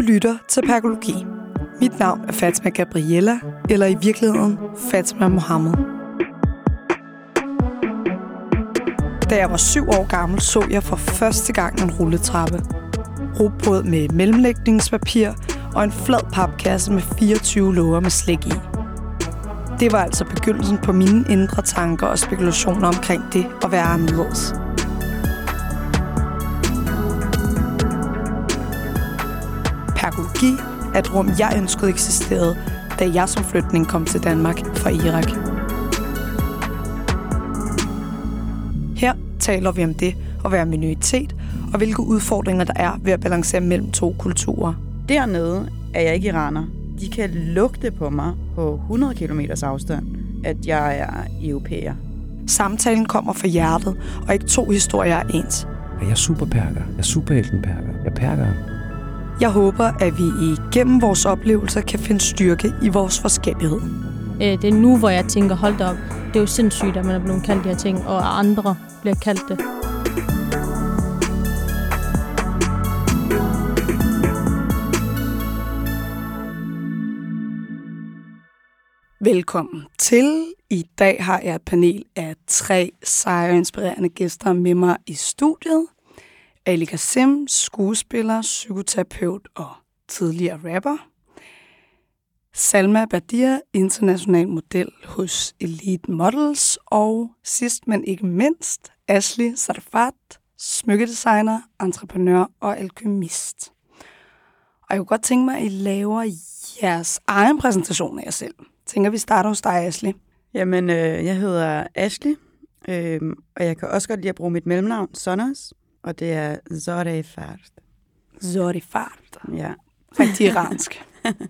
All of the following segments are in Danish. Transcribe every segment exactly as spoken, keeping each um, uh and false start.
Du lytter til Perkologi. Mit navn er Fatima Gabriella, eller i virkeligheden Fatima Mohammed. Da jeg var syv år gammel, så jeg for første gang en rulletrappe. Rugbrød med mellemlægningspapir og en flad papkasse med fireogtyve låger med slik i. Det var altså begyndelsen på mine indre tanker og spekulationer omkring det at være anderledes. Perkologi er et rum, jeg ønskede eksisterede, da jeg som flygtning kom til Danmark fra Irak. Her taler vi om det at være minoritet, og hvilke udfordringer der er ved at balancere mellem to kulturer. Dernede er jeg ikke iraner. De kan lugte på mig på hundrede kilometers afstand, at jeg er europæer. Samtalen kommer fra hjertet, og ikke to historier er ens. Jeg er superperker. Jeg er superheltenperker. Jeg er perker. Jeg håber, at vi igennem vores oplevelser kan finde styrke i vores forskellighed. Det er nu, hvor jeg tænker, hold da op, det er jo sindssygt, at man er blevet kaldt de her ting, og andre bliver kaldt det. Velkommen til. I dag har jeg et panel af tre seje inspirerende gæster med mig i studiet. Ali Kassim, skuespiller, psykoterapeut og tidligere rapper. Salma Badir, international model hos Elite Models. Og sidst, men ikke mindst, Ashley Sarfat, smykkedesigner, entreprenør og alkymist. Og jeg kunne godt tænke mig, at I laver jeres egen præsentation af jer selv. Jeg tænker, vi starter hos dig, Ashley. Jamen, øh, jeg hedder Ashley, øh, og jeg kan også godt lide at bruge mit mellemnavn, Sonas, og det er Zorifart. Zorifart. Ja. Rigtig iransk.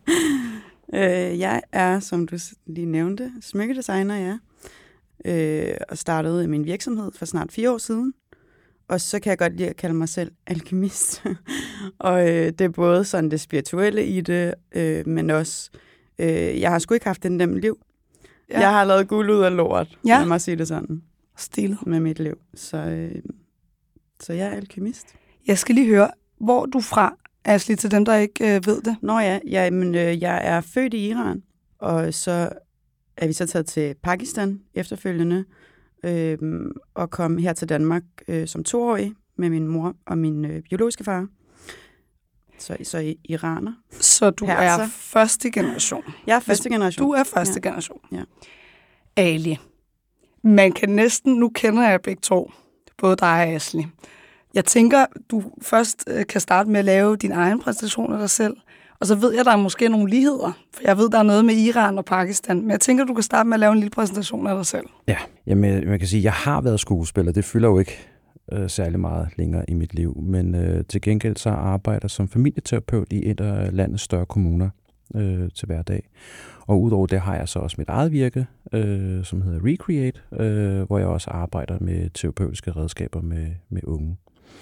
øh, jeg er, som du lige nævnte, smykkedesigner, ja. Øh, og startede min virksomhed for snart fire år siden. Og så kan jeg godt lide at kalde mig selv alkymist. og øh, det er både sådan det spirituelle i det, øh, men også, øh, jeg har sgu ikke haft et nemt liv. Ja. Jeg har lavet guld ud af lort, ja. Lad mig sige det sådan. Stilet. Med mit liv. Så, øh, så jeg er alkymist. Jeg skal lige høre, hvor du er fra, Ashley, til dem, der ikke øh, ved det. Nå ja, jeg, men, øh, jeg er født i Iran, og så er vi så taget til Pakistan efterfølgende, øh, og kom her til Danmark øh, som toårig med min mor og min øh, biologiske far. Så, så iraner. Så du Perser. er første generation? Jeg er første generation. Du er første ja. generation. Ja. Ali, man kan næsten, nu kender jeg begge to, både dig og Ashley. Jeg tænker, du først kan starte med at lave din egen præsentation af dig selv, og så ved jeg, der er måske nogle ligheder, for jeg ved, der er noget med Iran og Pakistan, men jeg tænker, du kan starte med at lave en lille præsentation af dig selv. Ja, jamen, man kan sige, at jeg har været skuespiller. Det fylder jo ikke øh, særlig meget længere i mit liv, men øh, til gengæld så arbejder jeg som familieterapeut i et af landets større kommuner øh, til hverdag. Og udover det har jeg så også mit eget virke, øh, som hedder Recreate, øh, hvor jeg også arbejder med terapeutiske redskaber med, med unge.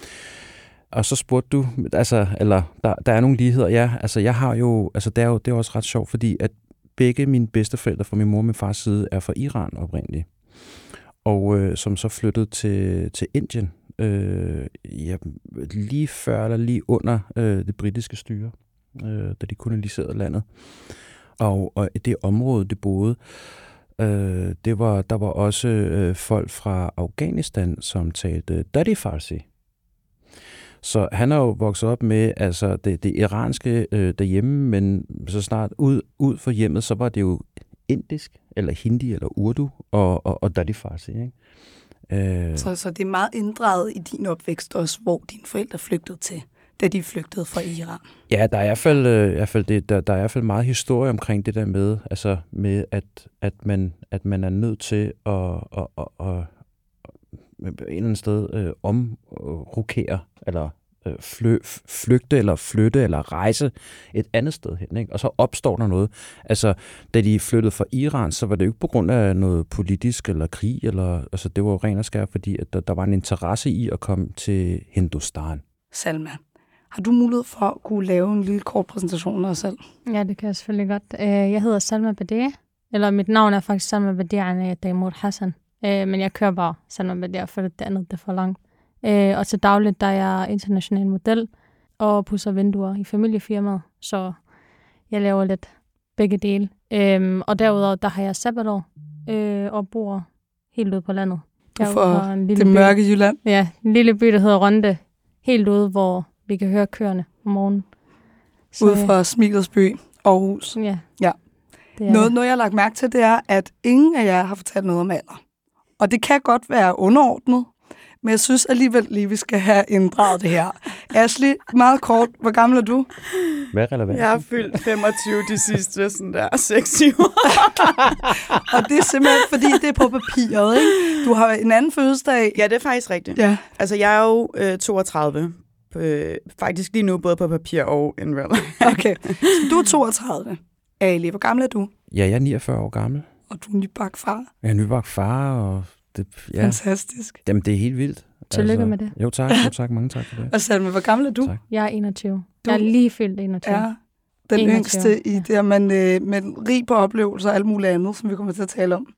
Og så spurgte du, altså, eller der, der er nogle ligheder, ja, altså jeg har jo, altså det er jo, det er også ret sjovt, fordi at begge mine bedsteforældre fra min mor og min fars side er fra Iran oprindeligt, og øh, som så flyttede til, til Indien, øh, ja, lige før eller lige under øh, det britiske styre, øh, da de koloniserede landet. Og, og det område, det boede, øh, det var, der var også øh, folk fra Afghanistan, som talte Dari Farsi. Så han er jo vokset op med altså det, det iranske øh, derhjemme, men så snart ud, ud for hjemmet, så var det jo indisk, eller hindi, eller urdu, og, og, og Dari Farsi, ikke? Øh. Så, så det er meget inddraget i din opvækst også, hvor dine forældre flygtede til, da de flygtede fra Iran. Ja, der er i hvert fald, øh, i hvert fald, det, der, der er i hvert fald meget historie omkring det der med, altså med at, at, man, at man er nødt til at, at, at, at, at et eller andet sted øh, omrokere, eller øh, flø, flygte, eller flytte, eller rejse et andet sted hen, ikke? Og så opstår der noget. Altså, da de flyttede fra Iran, så var det jo ikke på grund af noget politisk, eller krig, eller, altså det var jo ren og skær, fordi at der, der var en interesse i at komme til Hindustan. Salma, har du mulighed for at kunne lave en lille kort præsentation af dig selv? Ja, det kan jeg selvfølgelig godt. Jeg hedder Salma Badir, eller mit navn er faktisk Salma Badir af Daimur Hassan. Øh, men jeg kører bare Salma Badir, for det andet det er for langt. Øh, og til dagligt, der er jeg international model, og pudser vinduer i familiefirmaet, så jeg laver lidt begge dele. Øhm, og derudover, der har jeg sabbatår øh, og bor helt ude på landet. For det mørke by. Jylland? Ja, en lille by, der hedder Rønde. Helt ude, hvor vi kan høre køerne om morgenen. Så, ude fra Smilets by, Aarhus. Ja. ja. Noget, noget, jeg har lagt mærke til, det er, at ingen af jer har fortalt noget om alder. Og det kan godt være underordnet, men jeg synes alligevel lige, vi skal have inddraget det her. Ashley, meget kort, hvor gammel er du? Hvad er relevant? Jeg har fyldt femogtyve de sidste sådan der seks timer. Og det er simpelthen, fordi det er på papiret, ikke? Du har en anden fødselsdag. Ja, det er faktisk rigtigt. Ja. Altså, jeg er jo øh, toogtredive. Øh, faktisk lige nu både på papir og in real. Okay, så du er toogtredive. Ali, hvor gammel er du? Ja, jeg er niogfyrre år gammel. Og du er nybagt far? Jeg er nybagt far, og det, ja. Fantastisk. Jamen, det er helt vildt. Tillykke altså, med det. Jo tak, jo tak, mange tak for det. Og Salme, hvor gammel er du? Tak. Jeg er enogtyve. Du Jeg er lige fyldt enogtyve. Ja, den enogtyve. Yngste i det, man øh, med rig på oplevelser og alt muligt andet, som vi kommer til at tale om.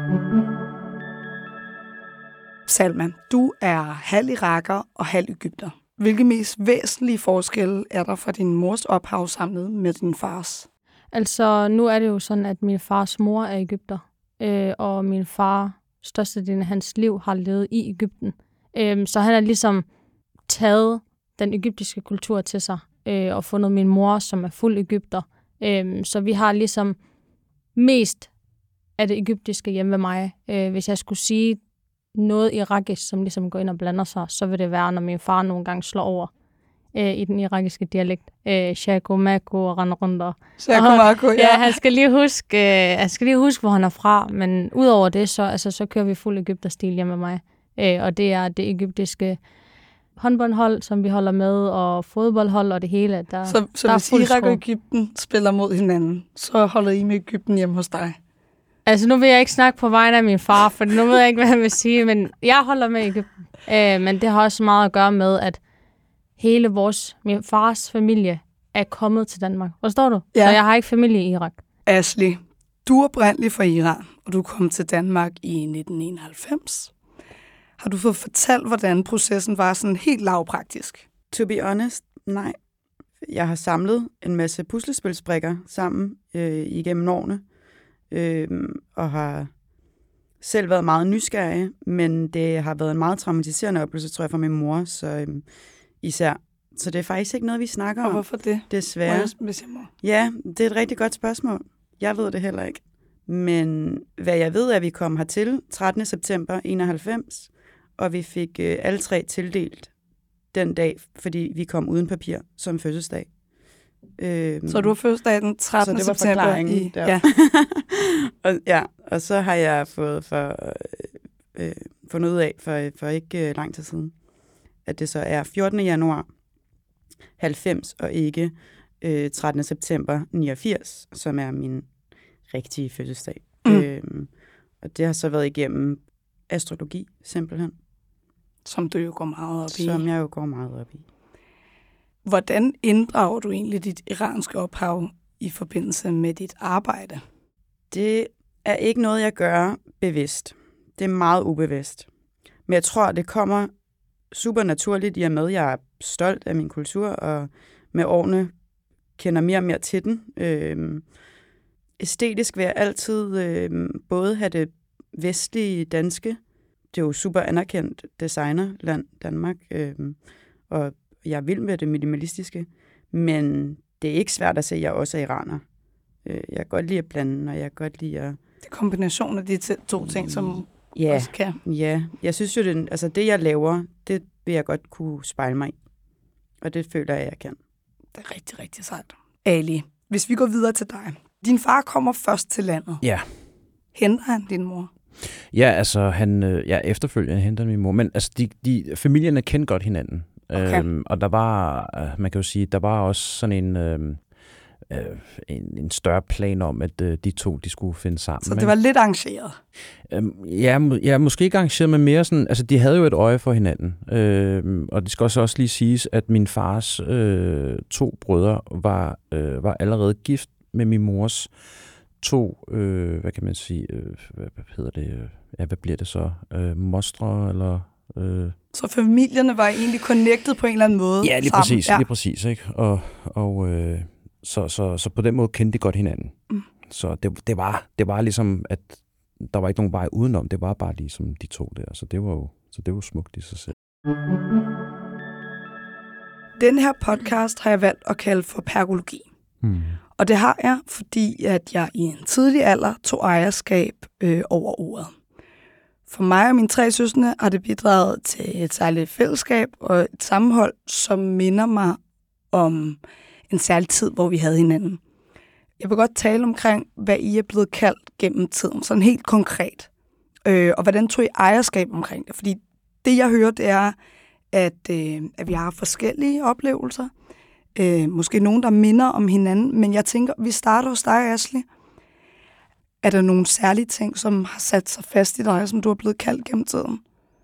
Salma, du er halv iraker og halv egypter. Hvilke mest væsentlige forskelle er der fra din mors ophav samlet med din fars? Altså, nu er det jo sådan, at min fars mor er egypter, øh, og min far, størstedelen af hans liv, har levet i Egypten. Øh, så han har ligesom taget den egyptiske kultur til sig, øh, og fundet min mor, som er fuld egypter. Øh, så vi har ligesom mest af det egyptiske hjemme ved mig. Øh, hvis jeg skulle sige noget irakisk, som ligesom går ind og blander sig, så vil det være, når min far nogle gange slår over øh, i den irakiske dialekt. Øh, Shako, Mako og render rundt. Shako, Mako, ja. Ja, han skal lige huske, øh, han skal lige huske, hvor han er fra, men udover det, så, altså, så kører vi fuld egypterstil hjemme med mig. Øh, og det er det egyptiske håndboldhold, som vi holder med, og fodboldhold og det hele. Der, så så der hvis Irak og Egypten spiller mod hinanden, så holder I med Egypten hjemme hos dig? Altså, nu vil jeg ikke snakke på vegne af min far, for nu ved jeg ikke, hvad han vil sige, men jeg holder med Egypten. Øh, men det har også meget at gøre med, at hele vores, min fars familie er kommet til Danmark. Forstår du? Ja. Så jeg har ikke familie i Irak. Ashley, du er oprindelig fra Iran, og du kom til Danmark i nitten enoghalvfems. Har du fået fortalt, hvordan processen var sådan helt lavpraktisk? To be honest, nej. Jeg har samlet en masse puslespilsbrikker sammen øh, igennem årene, øh, og har selv været meget nysgerrig, men det har været en meget traumatiserende oplevelse, tror jeg, for min mor, så øh, især. Så det er faktisk ikke noget, vi snakker om. Og hvorfor det? Desværre. Jeg, hvis jeg må. Ja, det er et rigtig godt spørgsmål. Jeg ved det heller ikke. Men hvad jeg ved, er, at vi kom hertil trettende september enoghalvfems, og vi fik øh, alle tre tildelt den dag, fordi vi kom uden papir som fødselsdag. Øhm, så du har fødselsdag den trettende september? I, ja. og, ja, og så har jeg fået for, øh, fundet ud af for, for ikke øh, lang tid siden, at det så er fjortende januar halvfems og ikke øh, trettende september niogfirs, som er min rigtige fødselsdag. Mm. Øhm, og det har så været igennem astrologi, simpelthen. Som du jo går meget op i. Som jeg jo går meget op i. Hvordan inddrager du egentlig dit iranske ophav i forbindelse med dit arbejde? Det er ikke noget, jeg gør bevidst. Det er meget ubevidst. Men jeg tror, det kommer super naturligt i og med, at jeg er stolt af min kultur, og med årene kender mere og mere til den. Øhm, æstetisk vil jeg altid øhm, både have det vestlige danske. Det er jo super anerkendt designerland, Danmark, øhm, og jeg er vild med det minimalistiske, men det er ikke svært at se, at jeg også er iraner. Jeg kan godt lide at blande, og jeg kan godt lide at... Det er kombinationen af de to ting, som ja, også kan. Ja, jeg synes jo, det, altså det jeg laver, det vil jeg godt kunne spejle mig i. Og det føler jeg, jeg kan. Det er rigtig, rigtig sejt. Ali, hvis vi går videre til dig. Din far kommer først til landet. Ja. Henter han din mor? Ja, altså han, ja, efterfølgende henter min mor. Men altså, de, de, familierne kendte godt hinanden. Okay. Øhm, og der var, man kan jo sige, der var også sådan en, øhm, øh, en, en større plan om, at øh, de to, de skulle finde sammen. Så det var lidt arrangeret? Øhm, ja, må, ja, måske ikke arrangeret, men mere sådan, altså de havde jo et øje for hinanden. Øhm, og det skal også, også lige siges, at min fars øh, to brødre var, øh, var allerede gift med min mors to, øh, hvad kan man sige, øh, hvad, hvad hedder det, ja, hvad bliver det så, øh, mostre, eller... Øh, Så familierne var egentlig connected på en eller anden måde? Ja, lige sammen. præcis. Ja. Lige præcis, ikke? Og, og øh, så, så, så på den måde kendte de godt hinanden. Mm. Så det, det, var, det var ligesom, at der var ikke nogen vej udenom. Det var bare ligesom de to der. Så det var jo, så det var smukt i sig selv. Den her podcast har jeg valgt at kalde for pergologi. Hmm. Og det har jeg, fordi at jeg i en tidlig alder tog ejerskab øh, over ordet. For mig og mine tre søskende har det bidraget til et særligt fællesskab og et sammenhold, som minder mig om en særlig tid, hvor vi havde hinanden. Jeg vil godt tale omkring, hvad I er blevet kaldt gennem tiden, sådan helt konkret. Øh, og hvordan tog I ejerskab omkring det? Fordi det, jeg hører, det er, at, øh, at vi har forskellige oplevelser. Øh, måske nogen, der minder om hinanden. Men jeg tænker, vi starter hos dig, Ashley. Er der nogle særlige ting, som har sat sig fast i dig, som du er blevet kaldt gennem tiden?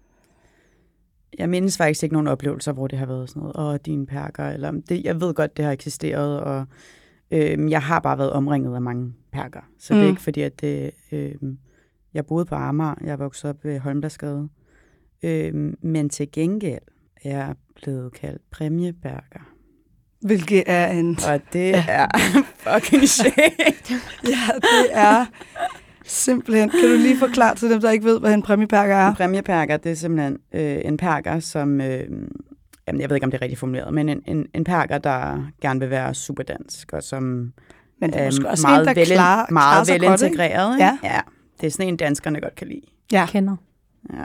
Jeg mindes faktisk ikke nogen oplevelser, hvor det har været sådan noget, åh, dine perker, eller det, jeg ved godt, det har eksisteret, og øh, jeg har bare været omringet af mange perker. Så mm. det er ikke fordi, at det, øh, jeg boede på Amager, jeg voksede op ved Holmbladsgade, øh, men til gengæld er jeg blevet kaldt præmieperker. Hvilket er en... Og det ja. er fucking shit. Ja, det er simpelthen... Kan du lige forklare til dem, der ikke ved, hvad en præmieperker er? En præmieperker, det er simpelthen øh, en perker, som... Øh, jamen, jeg ved ikke, om det er rigtig formuleret, men en, en, en perker, der gerne vil være superdansk, og som men det er måske øh, også meget, en, der vel, klar, meget velintegreret. Ja. ja. Det er sådan en, danskerne godt kan lide. Ja. Kender. Ja.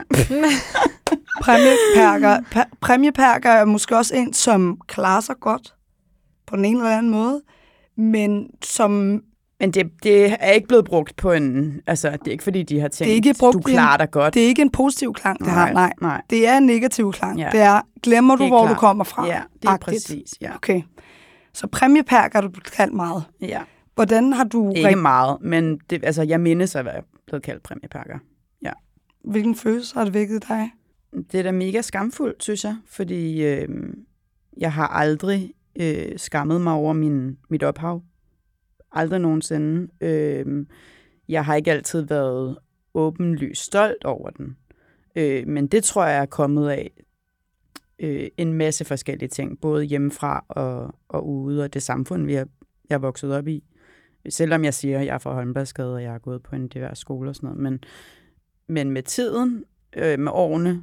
Præmieperker, præ- præmieperker er måske også en, som klarer sig godt på den ene eller anden måde, men som... Men det, det er ikke blevet brugt på en... Altså, det er ikke fordi, de har tænkt, det er ikke brugt du klarer dig godt. Det er ikke en positiv klang, det nej, her. Nej. nej. Det er en negativ klang. Ja. Det er, glemmer du, er hvor klar. du kommer fra? Ja, det er Agtigt. præcis, ja. Okay. Så præmieperker er du blevet kaldt meget. Ja. Hvordan har du... Ikke rigt... meget, men det, altså, jeg mindes at være blevet kaldt præmieperker. Ja. Hvilken følelse har det vækket dig? Det er da mega skamfuldt, synes jeg, fordi øh, jeg har aldrig øh, skammet mig over min, mit ophav. Aldrig nogensinde. Øh, jeg har ikke altid været åbenlyst stolt over den. Øh, men det tror jeg er kommet af øh, en masse forskellige ting, både hjemmefra og, og ude, og det samfund, vi har, jeg er vokset op i. Selvom jeg siger, at jeg er fra Holmbladsgade, og jeg har gået på en divers skole og sådan noget. Men, men med tiden, øh, med årene,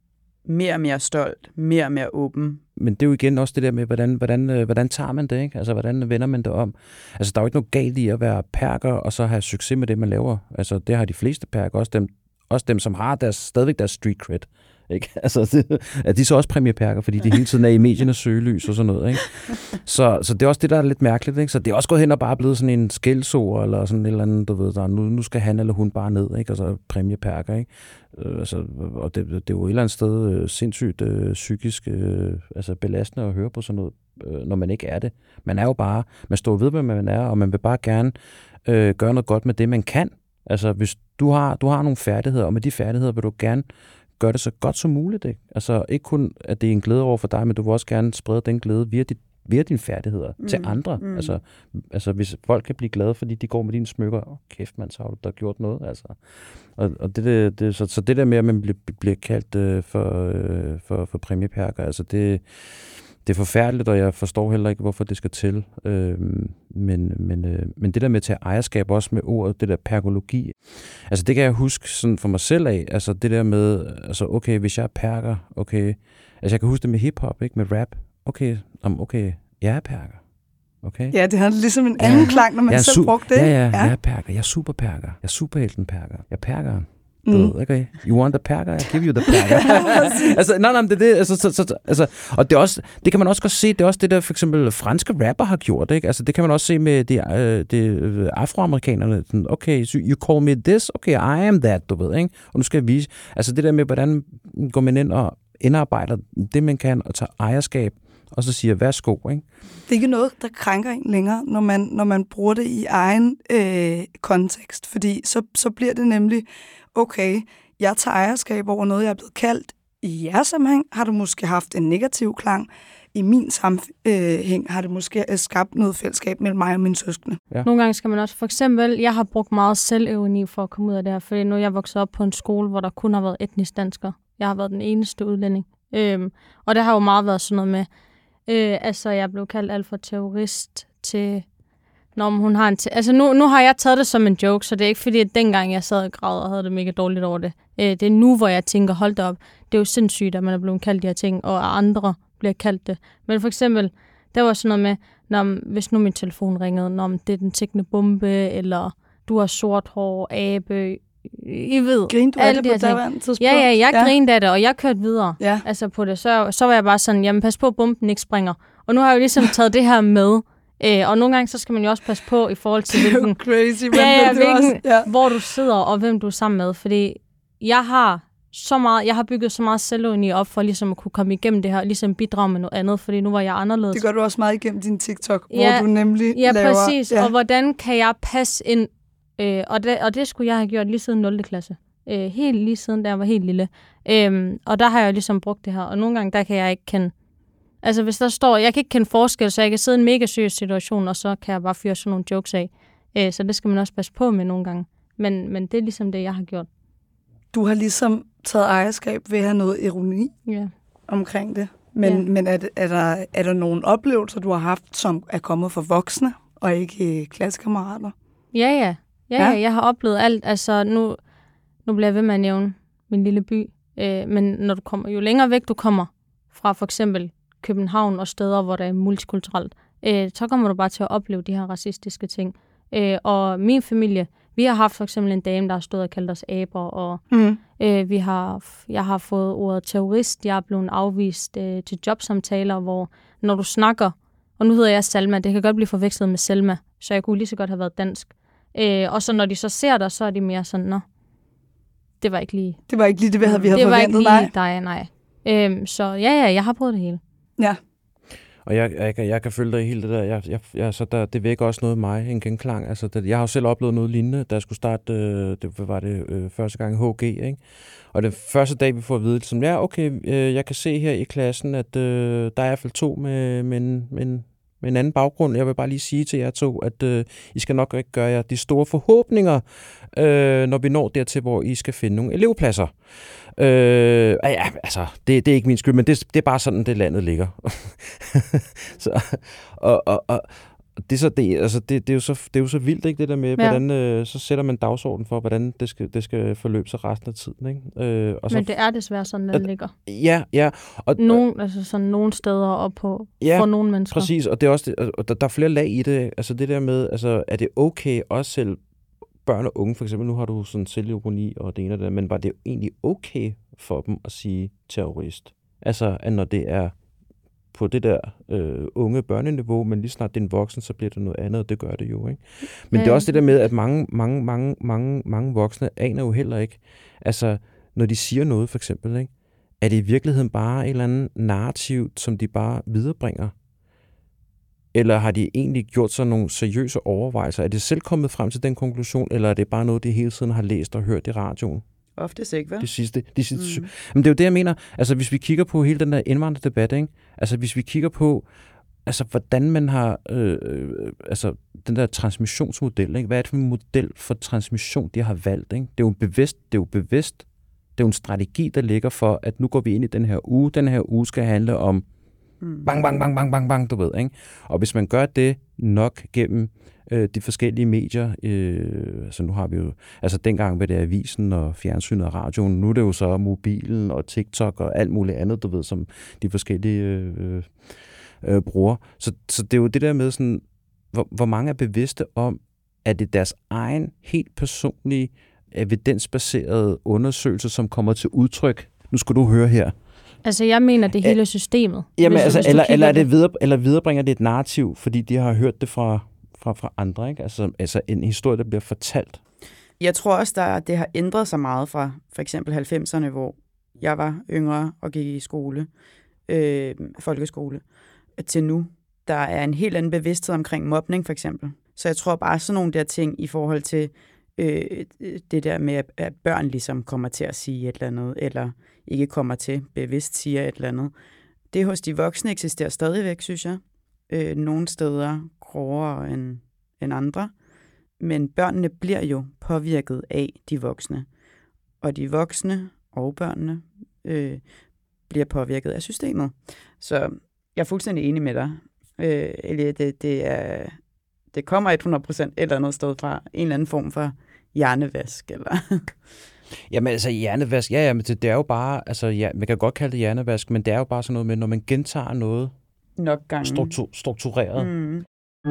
mere og mere stolt, mere og mere åben. Men det er jo igen også det der med, hvordan, hvordan, hvordan tager man det, ikke? Altså, hvordan vender man det om? Altså, der er jo ikke noget galt i at være perker, og så have succes med det, man laver. Altså, det har de fleste perker, også dem, også dem som har deres, stadigvæk deres street cred. Ikke? Altså, det, er de så også præmieperker, fordi de hele tiden er i mediernes søgelys og sådan noget, ikke? Så, så det er også det, der er lidt mærkeligt, ikke? Så det er også gået hen og bare blevet sådan en skældsord, eller sådan et eller andet, du ved, der nu, nu skal han eller hun bare ned, ikke? Og så præmieperker, ikke? Øh, altså, og det, det er jo et eller andet sted øh, sindssygt øh, psykisk øh, altså belastende at høre på sådan noget, øh, når man ikke er det. Man er jo bare, man står ved, hvad man er, og man vil bare gerne øh, gøre noget godt med det, man kan. Altså, hvis du har, du har nogle færdigheder, og med de færdigheder vil du gerne gøre det så godt som muligt, ikke? Altså, ikke kun, at det er en glæde over for dig, men du vil også gerne sprede den glæde via, dit, via dine færdigheder mm. til andre. Mm. Altså, altså, hvis folk kan blive glade, fordi de går med dine smykker, åh, kæft, man, så har du da gjort noget, altså. Og, og det, det, det, så, så det der med, at man bliver, bliver kaldt øh, for, øh, for, for præmieperker, altså, det, det er forfærdeligt, og jeg forstår heller ikke, hvorfor det skal til. Øh, men, men, øh, men det der med at tage ejerskab også med ordet, det der pergologi, altså det kan jeg huske sådan for mig selv af, altså det der med, altså okay, hvis jeg er perker, okay, altså jeg kan huske det med hiphop, ikke, med rap, okay, om okay, jeg er perker. Okay? Ja, det har ligesom en anden ja. klang, når man selv su- brugte det. Ja, ja, ja, jeg er perker, jeg er superperker, jeg er superhelten perker, jeg er perkeren. Mm. Du ved, okay? You want the perker? I give you the perker. altså, nej, nej, det er det. Altså, så, så, altså, og det, er også, det kan man også godt se, det er også det, der for eksempel franske rapper har gjort, ikke? Altså, det kan man også se med de, øh, de afroamerikanerne. Sådan, okay, so you call me this? Okay, I am that, du ved, ikke? Og nu skal jeg vise. Altså, det der med, hvordan går man ind og indarbejder det, man kan, og tager ejerskab, og så siger, værsgo, ikke? Det er ikke noget, der krænker en længere, når man, når man bruger det i egen øh, kontekst, fordi så, så bliver det nemlig, okay, jeg tager ejerskab over noget, jeg er blevet kaldt. I jeres sammenhæng har det måske haft en negativ klang. I min sammenhæng har det måske skabt noget fællesskab mellem mig og mine søskende. Ja. Nogle gange skal man også, for eksempel, jeg har brugt meget selvevni for at komme ud af det her, fordi nu er jeg vokset op på en skole, hvor der kun har været etnisk danskere Jeg har været den eneste udlænding. Øhm, og det har jo meget været sådan noget med, øh, altså jeg blev kaldt alt for terrorist til, når hun har en t- altså nu, nu har jeg taget det som en joke, så det er ikke fordi, at dengang jeg sad og græd og havde det mega dårligt over det. Øh, det er nu, hvor jeg tænker, hold da op, det er jo sindssygt, at man er blevet kaldt de her ting, og andre bliver kaldt det. Men for eksempel, der var sådan noget med, når, hvis nu min telefon ringede, når det er den tikkende bombe, eller du har sort hår, abe, I ved. Grinte du af det på daværende tidspunkt? Ja, ja, jeg ja. grinede af det, og jeg kørte videre ja. altså på det. Så, så var jeg bare sådan, jamen pas på, at bomben ikke springer. Og nu har jeg jo ligesom taget det her med, øh, og nogle gange så skal man jo også passe på i forhold til, hvilken, crazy, ja, ja, hvilken også, ja. hvor du sidder, og hvem du er sammen med. Fordi jeg har så meget, jeg har bygget så meget selvøvning op for ligesom at kunne komme igennem det her, og ligesom bidrage med noget andet, fordi nu var jeg anderledes. Det gør du også meget igennem din TikTok, ja, hvor du nemlig ja, laver... Præcis. Ja, og hvordan kan jeg passe ind? Øh, og, det, og det skulle jeg have gjort lige siden nul klasse. Øh, helt lige siden, da jeg var helt lille. Øh, og der har jeg ligesom brugt det her, og nogle gange, der kan jeg ikke kende... Altså, hvis der står... Jeg kan ikke kende forskel, så jeg kan sidde i en mega seriøs situation, og så kan jeg bare fyre sådan nogle jokes af. Øh, så det skal man også passe på med nogle gange. Men, men det er ligesom det, jeg har gjort. Du har ligesom taget ejerskab ved at have noget ironi ja. omkring det. Men, ja. men er, er, der, er der nogle oplevelser, du har haft, som er kommet fra voksne, og ikke klassekammerater? Ja, ja. Ja, ja. Jeg har oplevet alt. Altså, nu, nu bliver jeg ved med at nævne min lille by. Øh, men når du kommer, jo længere væk du kommer fra for eksempel København og steder, hvor der er multikulturelt, øh, så kommer du bare til at opleve de her racistiske ting. Øh, og min familie, vi har haft for eksempel en dame, der har stået og kaldt os aber, og mm. øh, vi har, jeg har fået ordet terrorist. Jeg er blevet afvist øh, til jobsamtaler, hvor når du snakker, og nu hedder jeg Salma, det kan godt blive forvekslet med Selma, så jeg kunne lige så godt have været dansk. Øh, og så når de så ser dig, så er de mere sådan, nå, det var ikke lige... Det var ikke lige det, vi havde, vi havde det forventet dig. Det var ikke lige dig, nej. Øhm, så ja, ja, jeg har prøvet det hele. Ja. Og jeg, jeg, jeg kan følge dig i hele det der. Jeg, jeg, jeg, så der, det vækker også noget af mig, en genklang. Altså, det, jeg har jo selv oplevet noget lignende, da jeg skulle starte, øh, det var det øh, første gang H G, ikke? Og det første dag, vi får at vide, som ja, okay, øh, jeg kan se her i klassen, at øh, der er i hvert fald to med, med, en, med, en, med en anden baggrund. Jeg vil bare lige sige til jer to, at øh, I skal nok ikke gøre jer de store forhåbninger, øh, når vi når dertil, hvor I skal finde nogle elevpladser. Øh, ja, altså, det, det er ikke min skyld, men det, det er bare sådan, det landet ligger. så, og, og, og det, så det, altså, det, det, er jo så, det er jo så vildt, ikke, det der med, ja. hvordan øh, så sætter man dagsorden for, hvordan det skal, det skal forløbe sig resten af tiden. Ikke? Øh, og så, men det er desværre sådan, det ligger. Ja, ja. Og, nogen, altså sådan nogle steder og på, ja, for nogle mennesker. Præcis, og det er også det, og der, der er flere lag i det. Altså det der med, altså, er det okay også selv børn og unge, for eksempel, nu har du sådan selvironi og det ene og det, men var det egentlig okay for dem at sige terrorist? Altså, at når det er på det der øh, unge børneniveau, men lige snart det er en voksen, så bliver det noget andet, og det gør det jo, ikke? Men ja. Det er også det der med, at mange, mange, mange, mange, mange voksne aner jo heller ikke, altså, når de siger noget, for eksempel, ikke? Er det i virkeligheden bare et eller andet narrativ, som de bare viderebringer? Eller har de egentlig gjort sig nogle seriøse overvejelser? Er det selv kommet frem til den konklusion, eller er det bare noget, de hele tiden har læst og hørt i radioen? Oftest ikke, vel? Det sidste. Det sidste. Mm. Men det er jo det, jeg mener. Altså, hvis vi kigger på hele den der indvandrerdebat, ikke? Altså, hvis vi kigger på, altså, hvordan man har, øh, altså, den der transmissionsmodel, ikke? Hvad er det for en model for transmission, de har valgt, ikke? Det er jo bevidst, det er jo bevidst. Det er jo en strategi, der ligger for, at nu går vi ind i den her uge. Den her uge skal handle om bang, bang, bang, bang, bang, bang, du ved, ikke? Og hvis man gør det nok gennem øh, de forskellige medier, øh, altså nu har vi jo, altså dengang var det avisen og fjernsynet og radioen, nu er det jo så mobilen og TikTok og alt muligt andet, du ved, som de forskellige øh, øh, bruger. Så, så det er jo det der med sådan, hvor, hvor mange er bevidste om, at det er deres egen helt personlige, evidensbaserede undersøgelse, som kommer til udtryk. Nu skal du høre her. Altså, jeg mener, det hele systemet. Jamen, altså, eller, eller, er det videre, eller viderebringer det et narrativ, fordi de har hørt det fra, fra, fra andre, ikke? Altså, altså en historie, der bliver fortalt. Jeg tror også, der det har ændret sig meget fra for eksempel halvfemserne, hvor jeg var yngre og gik i skole, øh, folkeskole, til nu. Der er en helt anden bevidsthed omkring mobning, for eksempel. Så jeg tror bare sådan nogle der ting i forhold til øh, det der med, at børn ligesom kommer til at sige et eller andet, eller ikke kommer til bevidst siger et eller andet. Det hos de voksne eksisterer stadigvæk, synes jeg. Øh, nogle steder grovere end, end andre. Men børnene bliver jo påvirket af de voksne. Og de voksne og børnene øh, bliver påvirket af systemet. Så jeg er fuldstændig enig med dig, øh, Elie. Det, det, er, det kommer hundrede procent et eller andet sted fra en eller anden form for hjernevask, eller... Jamen altså hjernevask, ja, ja, men det, det er jo bare, altså ja, man kan godt kalde det hjernevask, men det er jo bare sådan noget med, når man gentager noget nok gange struktur, struktureret. Mm.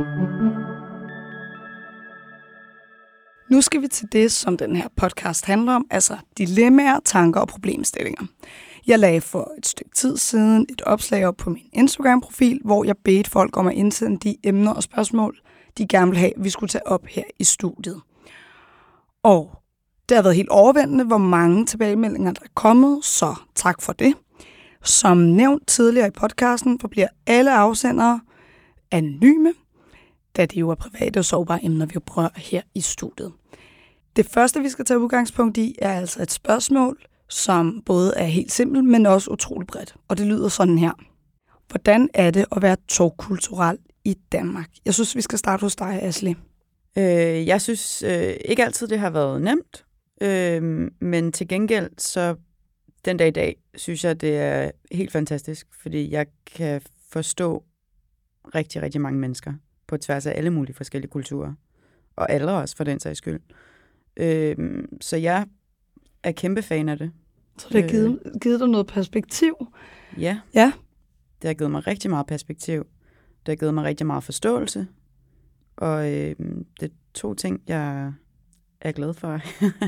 Nu skal vi til det, som den her podcast handler om, altså dilemmaer, tanker og problemstillinger. Jeg lagde for et stykke tid siden et opslag op på min Instagram-profil, hvor jeg bedte folk om at indsende de emner og spørgsmål, de gerne ville have, vi skulle tage op her i studiet. Og det har været helt overvældende, hvor mange tilbagemeldinger der er kommet, så tak for det. Som nævnt tidligere i podcasten, forbliver alle afsendere anonyme, da det jo er private og sårbare emner, vi berører her i studiet. Det første, vi skal tage udgangspunkt i, er altså et spørgsmål, som både er helt simpelt, men også utrolig bredt. Og det lyder sådan her. Hvordan er det at være tokulturel i Danmark? Jeg synes, vi skal starte hos dig, Ashley. Øh, jeg synes øh, ikke altid, det har været nemt. Øh, men til gengæld, så den dag i dag, synes jeg, det er helt fantastisk, fordi jeg kan forstå rigtig, rigtig mange mennesker på tværs af alle mulige forskellige kulturer. Og alle også, for den sags skyld. Øh, så jeg er kæmpe fan af det. Så det har givet, øh, givet dig noget perspektiv? Ja. Ja. Det har givet mig rigtig meget perspektiv. Det har givet mig rigtig meget forståelse. Og øh, det er to ting, jeg er glad for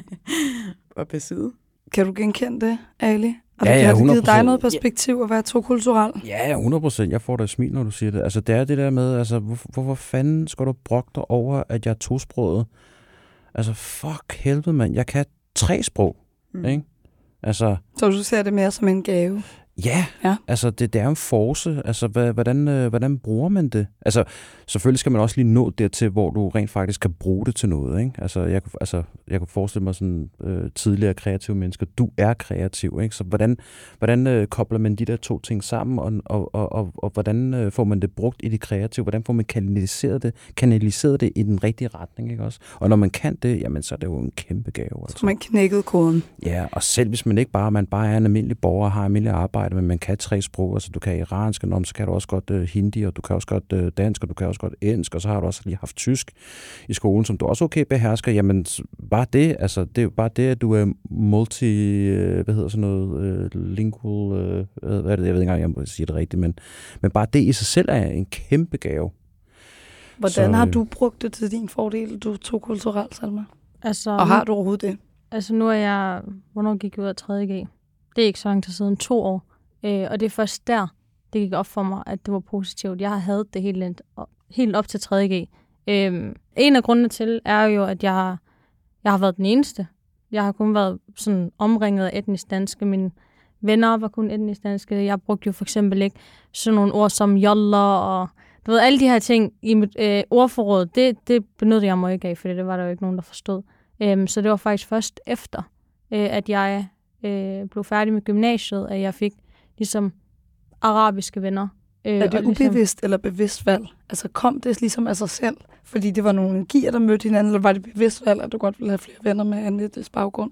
at besidde. Kan du genkende det, Ali? Og Ja, ja, har det hundrede givet procent. dig noget perspektiv at være tokulturel? Ja, ja, hundrede procent. Jeg får da et smil, når du siger det. Altså, det er det der med, altså, hvorfor, hvorfor fanden skal du brokke dig over, at jeg er tosproget? Altså, fuck helvede, mand. Jeg kan tre sprog, mm. ikke? Altså... Så du ser det mere som en gave? Ja, ja. altså det, det er en force. Altså, hvad, hvordan, øh, hvordan bruger man det? Altså, selvfølgelig skal man også lige nå dertil, hvor du rent faktisk kan bruge det til noget, ikke? Altså, jeg, altså, jeg kunne forestille mig sådan øh, tidligere kreative mennesker. Du er kreativ, ikke? Så hvordan, hvordan øh, kobler man de der to ting sammen, og, og, og, og, og hvordan øh, får man det brugt i det kreative? Hvordan får man kanaliseret det, kanaliseret det i den rigtige retning, ikke også? Og når man kan det, jamen, så er det jo en kæmpe gave. Altså. Så man knækkede koden. Ja, og selv hvis man ikke bare, man bare er en almindelig borger og har almindelig arbejde, men man kan tre sprog, altså du kan iransk, og så kan du også godt uh, hindi, og du kan også godt uh, dansk, og du kan også godt engelsk, og så har du også lige haft tysk i skolen, som du også okay behersker. Jamen, bare det, altså det er jo bare det, at du er multi, uh, hvad hedder sådan noget, uh, lingual, uh, hvad er det, jeg ved ikke engang, jeg må sige det rigtigt, men, men bare det i sig selv er en kæmpe gave. Hvordan så, har du brugt det til din fordel, du er tokulturel, Salma? Altså, og har du overhovedet det? Altså nu er jeg, hvornår gik jeg ud af tredje G? Det er ikke så lang tid siden, to år. Øh, og det er først der, det gik op for mig, at det var positivt. Jeg har hadet det helt, helt op til tredje G. Øh, en af grundene til er jo, at jeg har, jeg har været den eneste. Jeg har kun været sådan omringet af etnisk danske. Mine venner var kun etnisk danske. Jeg brugte jo for eksempel ikke sådan nogle ord som joller og du ved, alle de her ting i mit øh, ordforråd. Det, det benyttede jeg mig ikke af, for det var der jo ikke nogen, der forstod. Øh, så det var faktisk først efter, øh, at jeg øh, blev færdig med gymnasiet, at jeg fik ligesom arabiske venner. Øh, er det og ligesom, ubevidst eller bevidst valg? Altså kom det ligesom af sig selv, fordi det var nogle energier, der mødte hinanden, eller var det bevidst valg, at du godt ville have flere venner med anden etnisk baggrund?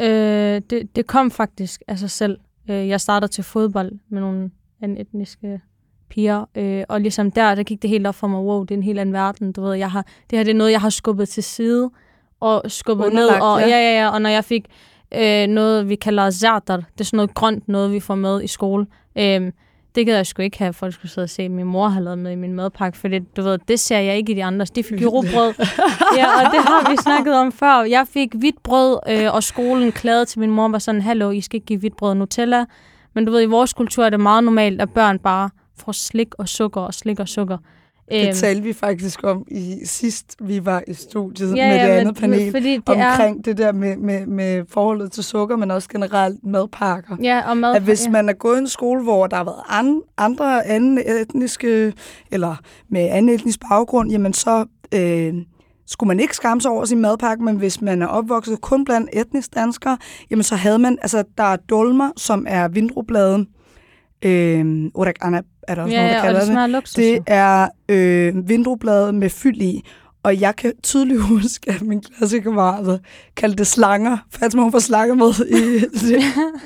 Øh, det, det kom faktisk af sig selv. Øh, jeg startede til fodbold med nogle anden etniske piger, øh, og ligesom der, der gik det helt op for mig, wow, det er en helt anden verden, du ved, jeg har, det her det er noget, jeg har skubbet til side, og skubbet Underlagt, ned, og ja. ja, ja, ja, og når jeg fik øh, noget, vi kalder za'atar, det er sådan noget grønt, noget vi får med i skole, øh, det gad jeg sgu ikke have, at folk skulle sidde og se, at min mor har lavet med i min madpakke, for det, du ved, det ser jeg ikke i de andres. De fik jo rugbrød, ja, og det har vi snakket om før. Jeg fik hvidt brød, øh, og skolen klagede til min mor, var sådan, hallo, I skal ikke give hvidt brød og Nutella. Men du ved, i vores kultur er det meget normalt, at børn bare får slik og sukker og slik og sukker. Det talte vi faktisk om i sidst, vi var i studiet ja, med ja, det andet men, panel, fordi det omkring er... det der med, med, med forholdet til sukker, men også generelt madpakker. Ja, og mad... At hvis ja. man er gået i en skole, hvor der har været an, andre anden etniske, eller med anden etnisk baggrund, jamen så øh, skulle man ikke skamme sig over sin madpakke, men hvis man er opvokset kun blandt etnisk danskere, jamen så havde man, altså der er dolmer, som er vindruebladen, øh, oregana er der også ja, noget, der ja, kalder det. det. Luksus, det er øh, vindruebladet med fyld i. Og jeg kan tydeligt huske, at min klassekammerater kaldte det slanger, for jeg hun var slanger med i det.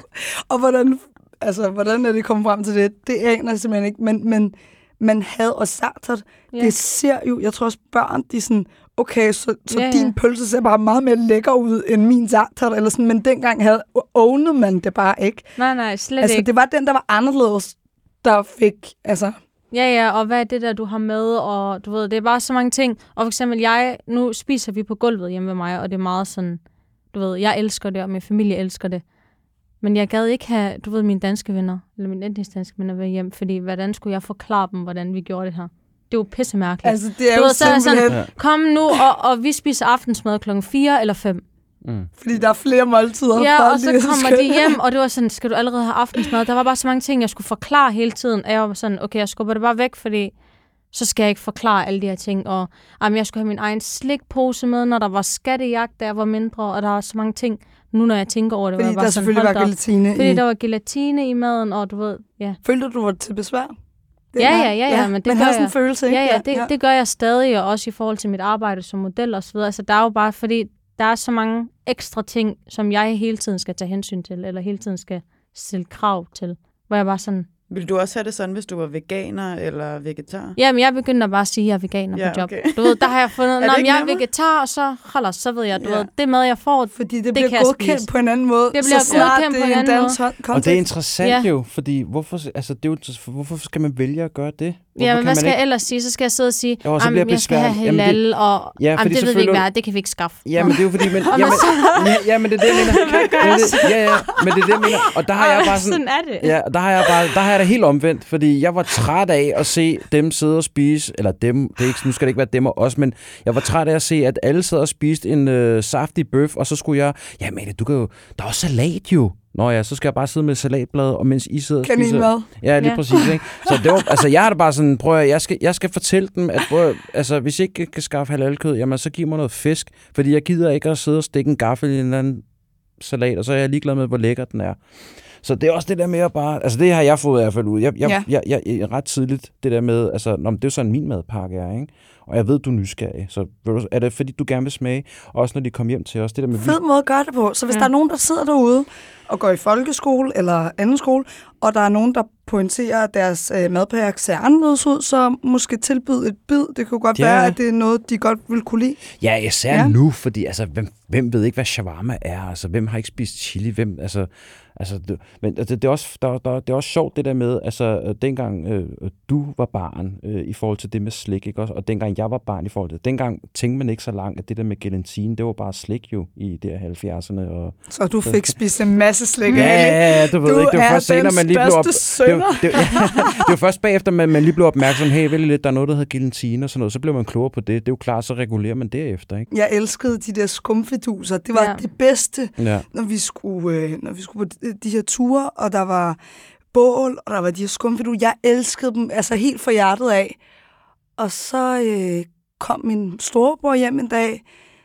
Og hvordan, altså, hvordan er det kommet frem til det? Det aner jeg simpelthen ikke, men, men man havde også sartert. Ja. Det ser jo, jeg tror også børn, de er sådan, okay, så, så ja, ja. din pølse ser bare meget mere lækker ud end min sartert, eller sådan, men dengang havde ownede man det bare ikke. Nej, nej, slet altså, ikke. Det var den, der var anderledes, der fik, altså... Ja, ja, og hvad er det der, du har med, og du ved, det er bare så mange ting. Og for eksempel, jeg, nu spiser vi på gulvet hjemme ved mig, og det er meget sådan, du ved, jeg elsker det, og min familie elsker det. Men jeg gad ikke have, du ved, mine danske venner, eller mine etnisk danske venner ved hjem, fordi hvordan skulle jeg forklare dem, hvordan vi gjorde det her? Det er jo pissemærkeligt. Altså, det er du jo ved, så er simpelthen... sådan, kom nu, og, og vi spiser aftensmad klokken fire eller fem. Mm. Fordi der er flere måltider. Ja, og så kommer de hjem, og det var sådan, skal du allerede have aftensmad? Der var bare så mange ting, jeg skulle forklare hele tiden. Og jeg var sådan, okay, jeg skubber det bare væk, fordi så skal jeg ikke forklare alle de her ting. Og jamen, jeg skulle have min egen slikpose med, når der var skattejagt, da jeg var mindre, og der var så mange ting. Nu når jeg tænker over det, fordi var jeg bare der sådan, selvfølgelig var gelatine Fordi i... der var gelatine i maden, og du ved, ja. Følte du, du var til besvær? Ja, ja, ja, ja, ja, men det man gør har sådan jeg. en følelse, ikke? Ja, ja, det, ja. det gør jeg stadig, og også i forhold til mit arbejde som model og så videre. Altså, der er jo bare, fordi der er så mange ekstra ting, som jeg hele tiden skal tage hensyn til, eller hele tiden skal stille krav til, hvor jeg bare sådan... Vil du også have det sådan, hvis du var veganer eller vegetar? Jamen, jeg begynder bare at sige, at jeg er veganer ja, på job. Okay. Du ved, der har jeg fundet, når jeg er nemmere? vegetar, og så holder, så ved jeg, du ja. ved, det mad, jeg får, fordi det, det bliver godkendt på en anden måde. Det bliver så godkendt på en anden måde. Kontekst. Og det er interessant ja. jo, fordi hvorfor, altså, det er jo, hvorfor skal man vælge at gøre det? Hvorfor ja, men hvad skal ikke... jeg ellers sige? Så skal jeg sidde og sige, jo, jamen, jeg skal have halal, jamen, det... og ja, jamen, det ved vi ikke hvad, det kan vi ikke skaffe. Ja, men det er jo fordi, men, ja, men, ja, ja, men det er det, jeg mener. det, ja, ja, men det er det, jeg mener. Og der har jeg bare sådan, sådan er det. Ja, der har jeg bare, der har jeg det helt omvendt, fordi jeg var træt af at se dem sidde og spise, eller dem, det er ikke, nu skal det ikke være dem og os, men jeg var træt af at se, at alle sad og spiste en øh, saftig bøf, og så skulle jeg, ja, men du kan jo, der er også salat jo. Nå ja, så skal jeg bare sidde med salatblad, og mens I sidder og spiser... Kaninmad. Ja, lige ja. præcis, ikke? Så det var, altså, jeg har det bare sådan, prøv at, jeg skal, jeg skal fortælle dem, at prøv, altså, hvis I ikke kan skaffe halalkød, jamen, så giv mig noget fisk, fordi jeg gider ikke at sidde og stikke en gaffel i en eller anden salat, og så er jeg ligeglad med, hvor lækker den er. Så det er også det der med at bare... Altså, det har jeg fået i hvert fald ud. Jeg, jeg, ja. jeg, jeg, jeg, ret tidligt, det der med... Altså, nå, det er jo sådan, min madpakke er, ikke? Og jeg ved, du er nysgerrig. Så er det, fordi du gerne vil smage? Også når de kommer hjem til os. Det der med... Fed måde at gøre det på. Så hvis ja. der er nogen, der sidder derude og går i folkeskole eller anden skole, og der er nogen, der pointerer, at deres øh, madpakke ser anderledes ud, så måske tilbyde et bid. Det kunne godt ja. være, at det er noget, de godt vil kunne lide. Ja, især ja. nu, fordi altså, hvem, hvem ved ikke, hvad shawarma er? Altså, hvem har ikke spist chili? Hvem, altså... Altså, det, men det, det, er også, der, der, det er også sjovt det der med, altså dengang øh, du var barn øh, i forhold til det med slik, ikke også? Og dengang jeg var barn i forhold til det. Dengang tænkte man ikke så langt, at det der med gelatine, det var bare slik jo i de her halvfjerdserne. Og, så du fik spist en masse slik? Ja, ja, ja, du ved du ikke. Det var først senere, man lige blev op... Det, det, det, det var først bagefter, man, man lige blev opmærksom, hey, vel lidt, der er noget, der hedder gelatine og sådan noget. Så blev man klogere på det. Det er jo klart, så regulerer man derefter, ikke? Jeg elskede de der skumfiduser. Det var ja. det bedste, ja. når vi skulle, øh, når vi skulle på de her ture, og der var bål, og der var de her skumfiduser. Jeg elskede dem, altså helt fra hjertet af. Og så øh, kom min storebror hjem en dag,